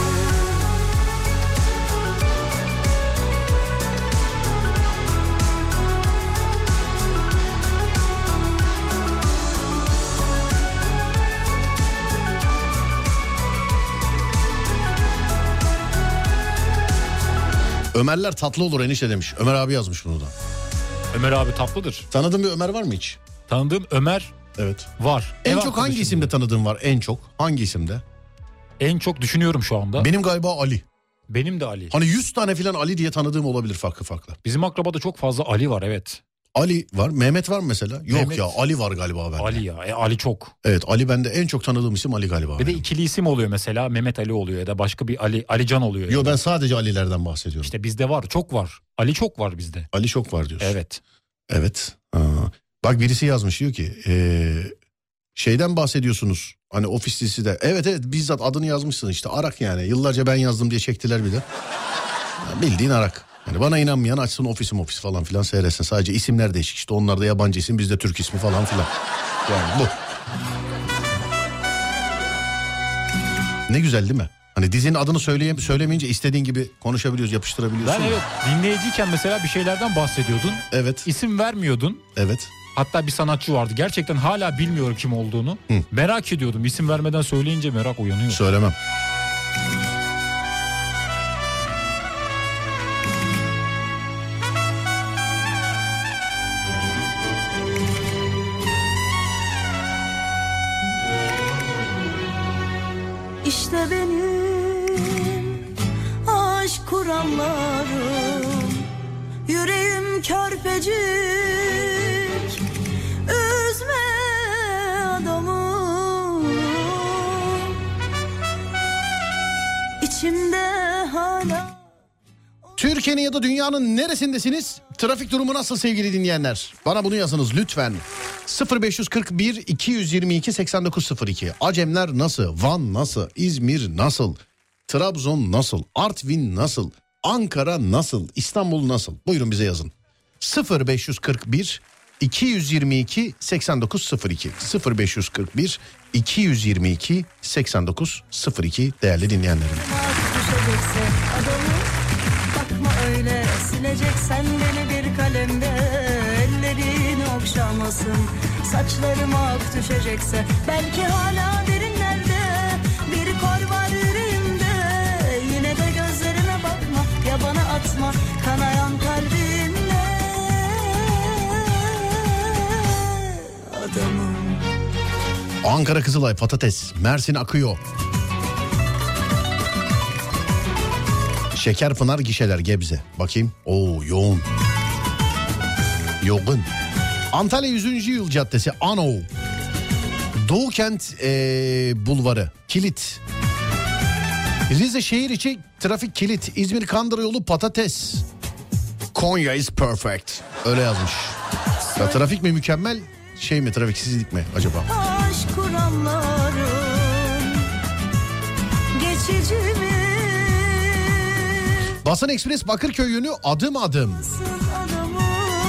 Ömerler tatlı olur enişte demiş. Ömer abi yazmış bunu da. Ömer abi tatlıdır. Tanıdığın bir Ömer var mı hiç? Tanıdığım Ömer evet. var. En Ev çok hangi isimde diyor. tanıdığın var? En çok hangi isimde? En çok düşünüyorum şu anda. Benim galiba Ali. Benim de Ali. Hani yüz tane falan Ali diye tanıdığım olabilir farklı farklı. Bizim akrabada çok fazla Ali var, evet. Ali var. Mehmet var mı mesela? Yok Mehmet. ya, Ali var galiba bende. Ali ya. E, Ali çok. Evet, Ali bende en çok tanıdığım isim Ali galiba. Bir de benim. ikili isim oluyor mesela. Mehmet Ali oluyor ya da başka bir Ali Alican oluyor. Yo, ya. ben sadece Ali'lerden bahsediyorum. İşte bizde var. Çok var. Ali çok var bizde. Ali çok var diyorsun. Evet. Evet. Ha. Bak birisi yazmış, diyor ki ee, şeyden bahsediyorsunuz. Hani ofis dizisi de. Evet evet, bizzat adını yazmışsın işte. Arak yani. Yıllarca ben yazdım diye çektiler bir de. Ya bildiğin Arak. Yani bana inanmayan açsın ofisim ofis falan filan seyretsin. Sadece isimler değişik. İşte onlar da yabancı isim, bizde Türk ismi falan filan. Yani bu. Ne güzel değil mi? Hani dizinin adını söyleyem söylemeyince istediğin gibi konuşabiliyoruz, yapıştırabiliyorsun. Ben ya. evet dinleyiciyken mesela bir şeylerden bahsediyordun. Evet. İsim vermiyordun. Evet. Hatta bir sanatçı vardı. Gerçekten hala bilmiyorum kim olduğunu. Hı. Merak ediyordum. İsim vermeden söyleyince merak uyanıyor. Söylemem. İşte benim aşk kuramlarım, yüreğim körpecik, üzme adamı, içimde hala. Türkiye'nin ya da dünyanın neresindesiniz? Trafik durumu nasıl sevgili dinleyenler? Bana bunu yazınız lütfen. sıfır beş kırk bir iki yüz yirmi iki seksen dokuz sıfır iki. Acemler nasıl? Van nasıl? İzmir nasıl? Trabzon nasıl? Artvin nasıl? Ankara nasıl? İstanbul nasıl? Buyurun bize yazın. sıfır beş kırk bir iki yüz yirmi iki seksen dokuz sıfır iki. sıfır beş kırk bir iki yüz yirmi iki seksen dokuz sıfır iki değerli dinleyenlerim. Bakma öyle, sileceksen beni bir kalemde, ellerin okşamasın. Saçlarıma ak düşecekse belki hala derinlerde bir kor var yüreğimde. Yine de gözlerime bakma, ya bana atma kanayan kalbimle. Adamım. Ankara Kızılay patates, Mersin akıyor. Şekerpınar gişeler Gebze. Bakayım. Oo yoğun. Yoğun. Antalya yüzüncü Yıl Caddesi Ano. Doğu Kent ee, Bulvarı Kilit. Rize şehir içi trafik kilit. İzmir Kandıra yolu patates. Konya is perfect. Öyle yazmış. Ya, trafik mi mükemmel, şey mi, trafiksizlik mi acaba? Aşk kuramlarım geçici mi? Basın Ekspres Bakırköy yönü adım adım. Adamım,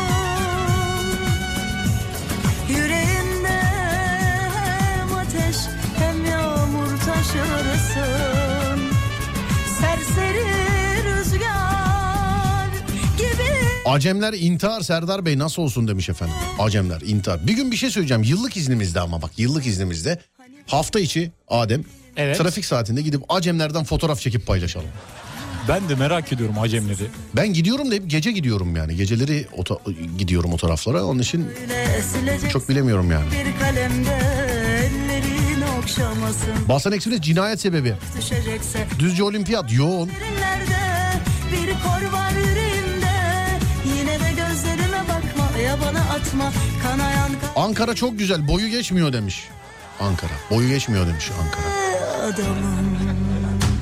yüreğinde hem ateş hem yağmur taşırsın. Serseri rüzgar gibi. Acemler intihar Serdar Bey nasıl olsun demiş efendim. Acemler intihar. Bir gün bir şey söyleyeceğim. Yıllık iznimizde ama bak yıllık iznimizde hafta içi Adem Evet. trafik saatinde gidip Acemlerden fotoğraf çekip paylaşalım. Ben de merak ediyorum Acemleri. Ben gidiyorum da hep gece gidiyorum yani. Geceleri oto, gidiyorum o taraflara. Onun için çok bilemiyorum yani. Bir kalemde ellerin okşamasın. Basın Ekspres cinayet sebebi. Düşecekse Düzce Olimpiyat yoğun. derinlerde bir kor var yüreğimde. Yine de gözlerime bakma, ya bana atma kanayan Ankara çok güzel, boyu geçmiyor demiş. Ankara boyu geçmiyor demiş Ankara. adamım.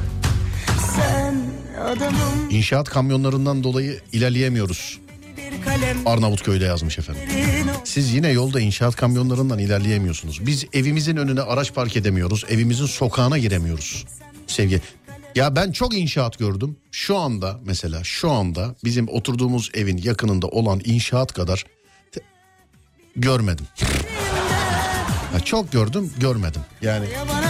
Sen adamım. İnşaat kamyonlarından dolayı ilerleyemiyoruz. Bir Arnavutköy'de yazmış efendim. Siz yine yolda inşaat kamyonlarından ilerleyemiyorsunuz. Biz evimizin önüne araç park edemiyoruz. Evimizin sokağına giremiyoruz. Sevgi. Ya ben çok inşaat gördüm. Şu anda mesela şu anda bizim oturduğumuz evin yakınında olan inşaat kadar te- görmedim. Ya çok gördüm, görmedim. Yani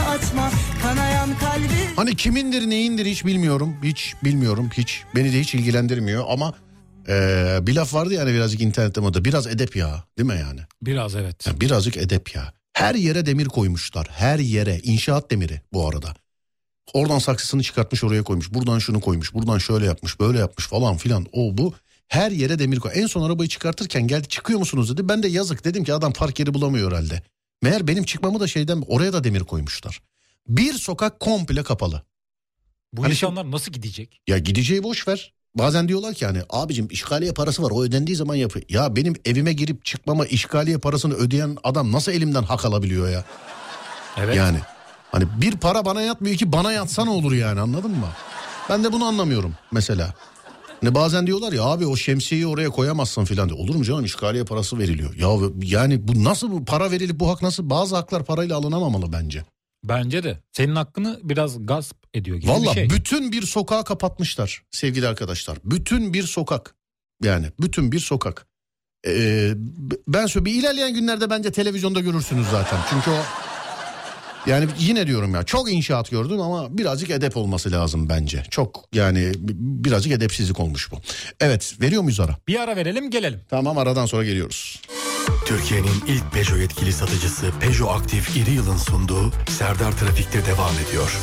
hani kimindir neyindir hiç bilmiyorum. Hiç bilmiyorum hiç. Beni de hiç ilgilendirmiyor ama ee, bir laf vardı yani birazcık internette moda. Biraz edep ya, değil mi yani? Biraz evet. Yani birazcık edep ya. Her yere demir koymuşlar. Her yere. İnşaat demiri bu arada. Oradan saksısını çıkartmış oraya koymuş. Buradan şunu koymuş. Buradan şöyle yapmış. Böyle yapmış falan filan. O bu. Her yere demir koy. En son arabayı çıkartırken geldi, çıkıyor musunuz dedi. Ben de yazık dedim ki adam park yeri bulamıyor herhalde. Meğer benim çıkmamı da şeyden oraya da demir koymuşlar. Bir sokak komple kapalı. Bu hani insanlar nasıl gidecek? Ya gideceği boş ver. Bazen diyorlar ki hani abicim işgaliye parası var, o ödendiği zaman yapıyor. Ya benim evime girip çıkmama işgaliye parasını ödeyen adam nasıl elimden hak alabiliyor ya? Evet. Yani hani bir para bana yatmıyor ki bana yatsa ne olur yani, anladın mı? Ben de bunu anlamıyorum mesela. Hani bazen diyorlar ya abi o şemsiyeyi oraya koyamazsın filan diyor. Olur mu canım, işgaliye parası veriliyor. Ya yani bu nasıl, bu para verilip bu hak nasıl, bazı haklar parayla alınamamalı bence. Bence de. Senin hakkını biraz gasp ediyor gibi Vallahi bir şey. bütün bir sokağı kapatmışlar sevgili arkadaşlar. Bütün bir sokak. Yani bütün bir sokak. Ee, ben söyleyeyim, bir ilerleyen günlerde bence televizyonda görürsünüz zaten. Çünkü o yani yine diyorum ya, çok inşaat gördüm ama birazcık edep olması lazım bence. Çok yani birazcık edepsizlik olmuş bu. Evet, veriyor muyuz ara? Bir ara verelim, gelelim. Tamam, aradan sonra geliyoruz. Türkiye'nin ilk Peugeot yetkili satıcısı Peugeot Aktif İri Yıl'ın sunduğu Serdar Trafik'te devam ediyor.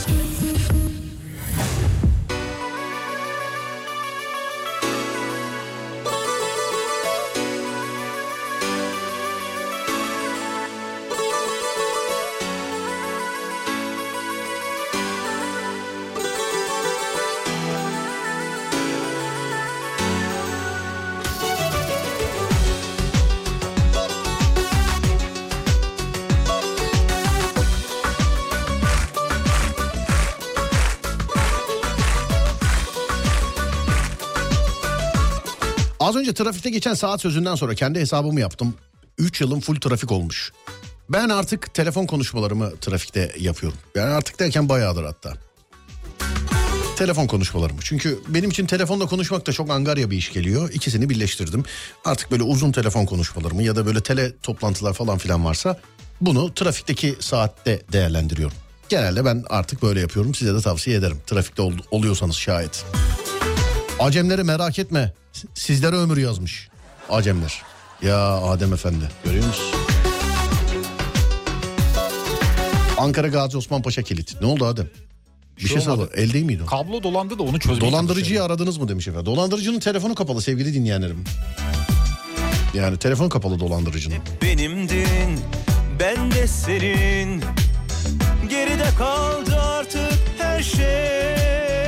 Az önce trafikte geçen saat sözünden sonra kendi hesabımı yaptım. üç yılım full trafik olmuş. Ben artık telefon konuşmalarımı trafikte yapıyorum. Yani artık derken bayağıdır hatta. Telefon konuşmalarımı. Çünkü benim için telefonla konuşmak da çok angarya bir iş geliyor. İkisini birleştirdim. Artık böyle uzun telefon konuşmalarımı ya da böyle tele toplantılar falan filan varsa bunu trafikteki saatte değerlendiriyorum. Genelde ben artık böyle yapıyorum. Size de tavsiye ederim. Trafikte ol- oluyorsanız şayet. Acemleri merak etme. Sizlere ömür yazmış. Acemler. Ya Adem Efendi, görüyor musun? Ankara Gazi Osman Paşa kilit. Ne oldu Adem? Bir şey, şey sağladı. El değil miydi o? Kablo dolandı da onu çözmeye Dolandırıcıyı çalışıyorum. aradınız mı demiş efendim. Dolandırıcının telefonu kapalı sevgili dinleyenlerim. Yani telefon kapalı dolandırıcının. Benimdin, ben de senin. Geride kaldı artık her şey.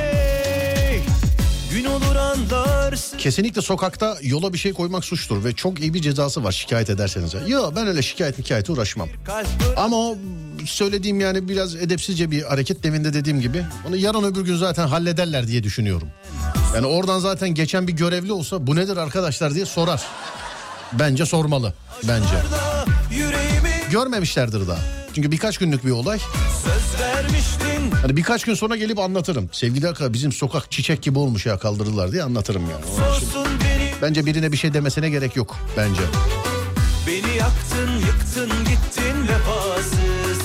Gün olur anlarsın. Kesinlikle sokakta yola bir şey koymak suçtur ve çok iyi bir cezası var şikayet ederseniz. Yok, ben öyle şikayet hikayete uğraşmam. Ama o söylediğim yani biraz edepsizce bir hareket, demin de dediğim gibi. Onu yarın öbür gün zaten hallederler diye düşünüyorum. Yani oradan zaten geçen bir görevli olsa bu nedir arkadaşlar diye sorar. Bence sormalı. Bence. Görmemişlerdir daha. Çünkü birkaç günlük bir olay. Söz vermiştin. Hani birkaç gün sonra gelip anlatırım. Sevgili arkadaşlar, bizim sokak çiçek gibi olmuş ya, kaldırdılar diye anlatırım yani. Bence birine bir şey demesine gerek yok bence. Beni yaktın, yıktın, gittin vefasız.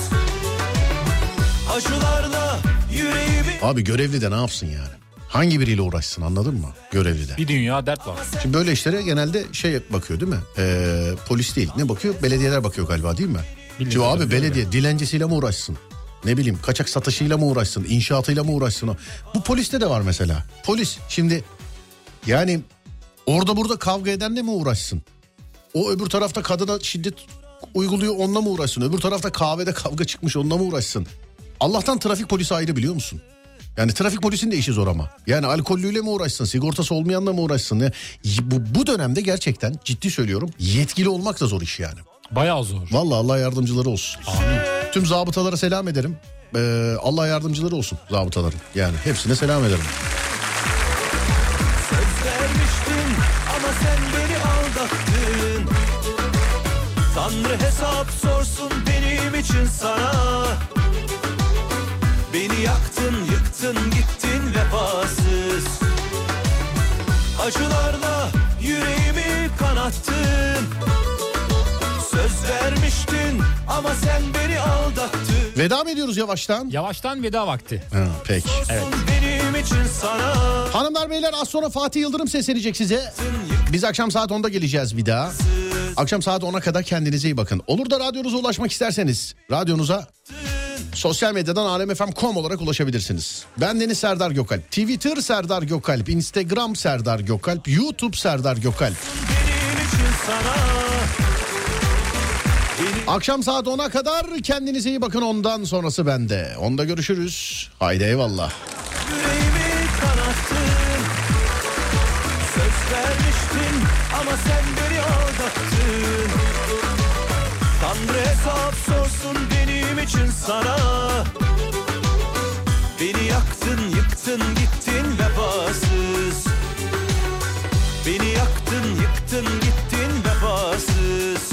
Acılarla yüreğimi... Abi görevli de ne yapsın yani? Hangi biriyle uğraşsın, anladın mı? Görevli de. Bir dünya dert var. Şimdi böyle işlere genelde şey bakıyor değil mi? Ee, polis değil. Ne bakıyor? Belediyeler bakıyor galiba, değil mi? Şimdi abi belediye mi? Dilencisiyle mi uğraşsın? Ne bileyim kaçak satışıyla mı uğraşsın? İnşaatıyla mı uğraşsın? Bu poliste de var mesela. Polis şimdi yani orada burada kavga edenle mi uğraşsın? O öbür tarafta kadına şiddet uyguluyor, onunla mı uğraşsın? Öbür tarafta kahvede kavga çıkmış, onunla mı uğraşsın? Allah'tan trafik polisi ayrı, biliyor musun? Yani trafik polisinin de işi zor ama. Yani alkollüyle mi uğraşsın, sigortası olmayanla mı uğraşsın? Ya, bu, bu dönemde gerçekten ciddi söylüyorum, yetkili olmak da zor iş yani. Bayağı zor. Vallahi Allah yardımcıları olsun. Amin. Tüm zabıtalara selam ederim. Ee, Allah yardımcıları olsun zabıtaların. Yani hepsine selam ederim. Söz vermiştin ama sen beni aldın. Tanrı hesap sorsun benim için sana. Beni yaktın, yıktın, gittin vefasız. Acılarla yüreğimi kanattın. Söz vermiştin ama sen beni aldattın. Veda mı ediyoruz yavaştan? Yavaştan veda vakti. Ha, peki. Evet. Benim için sana. Hanımlar beyler, az sonra Fatih Yıldırım seslenecek size. Biz akşam saat onda geleceğiz bir daha. Akşam saat ona kadar kendinize iyi bakın. Olur da radyonuza ulaşmak isterseniz radyonuza sosyal medyadan alem f m nokta com olarak ulaşabilirsiniz. Ben Deniz Serdar Gökalp. Twitter Serdar Gökalp, Instagram Serdar Gökalp, YouTube Serdar Gökalp. Akşam saat ona kadar kendinize iyi bakın, ondan sonrası bende. Onda görüşürüz. Haydi eyvallah. Yüreğimi kanattın. Söz vermiştin ama sen beni aldattın. Tanrı hesap sorsun benim için sana. Beni yaktın, yıktın, gittin vefasız. Beni yaktın, yıktın, gittin vefasız.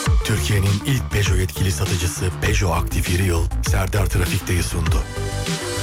Türkiye'nin ilk Peugeot yetkili satıcısı Peugeot Aktif Yeni Yıl Serdar Trafik'teyi sundu.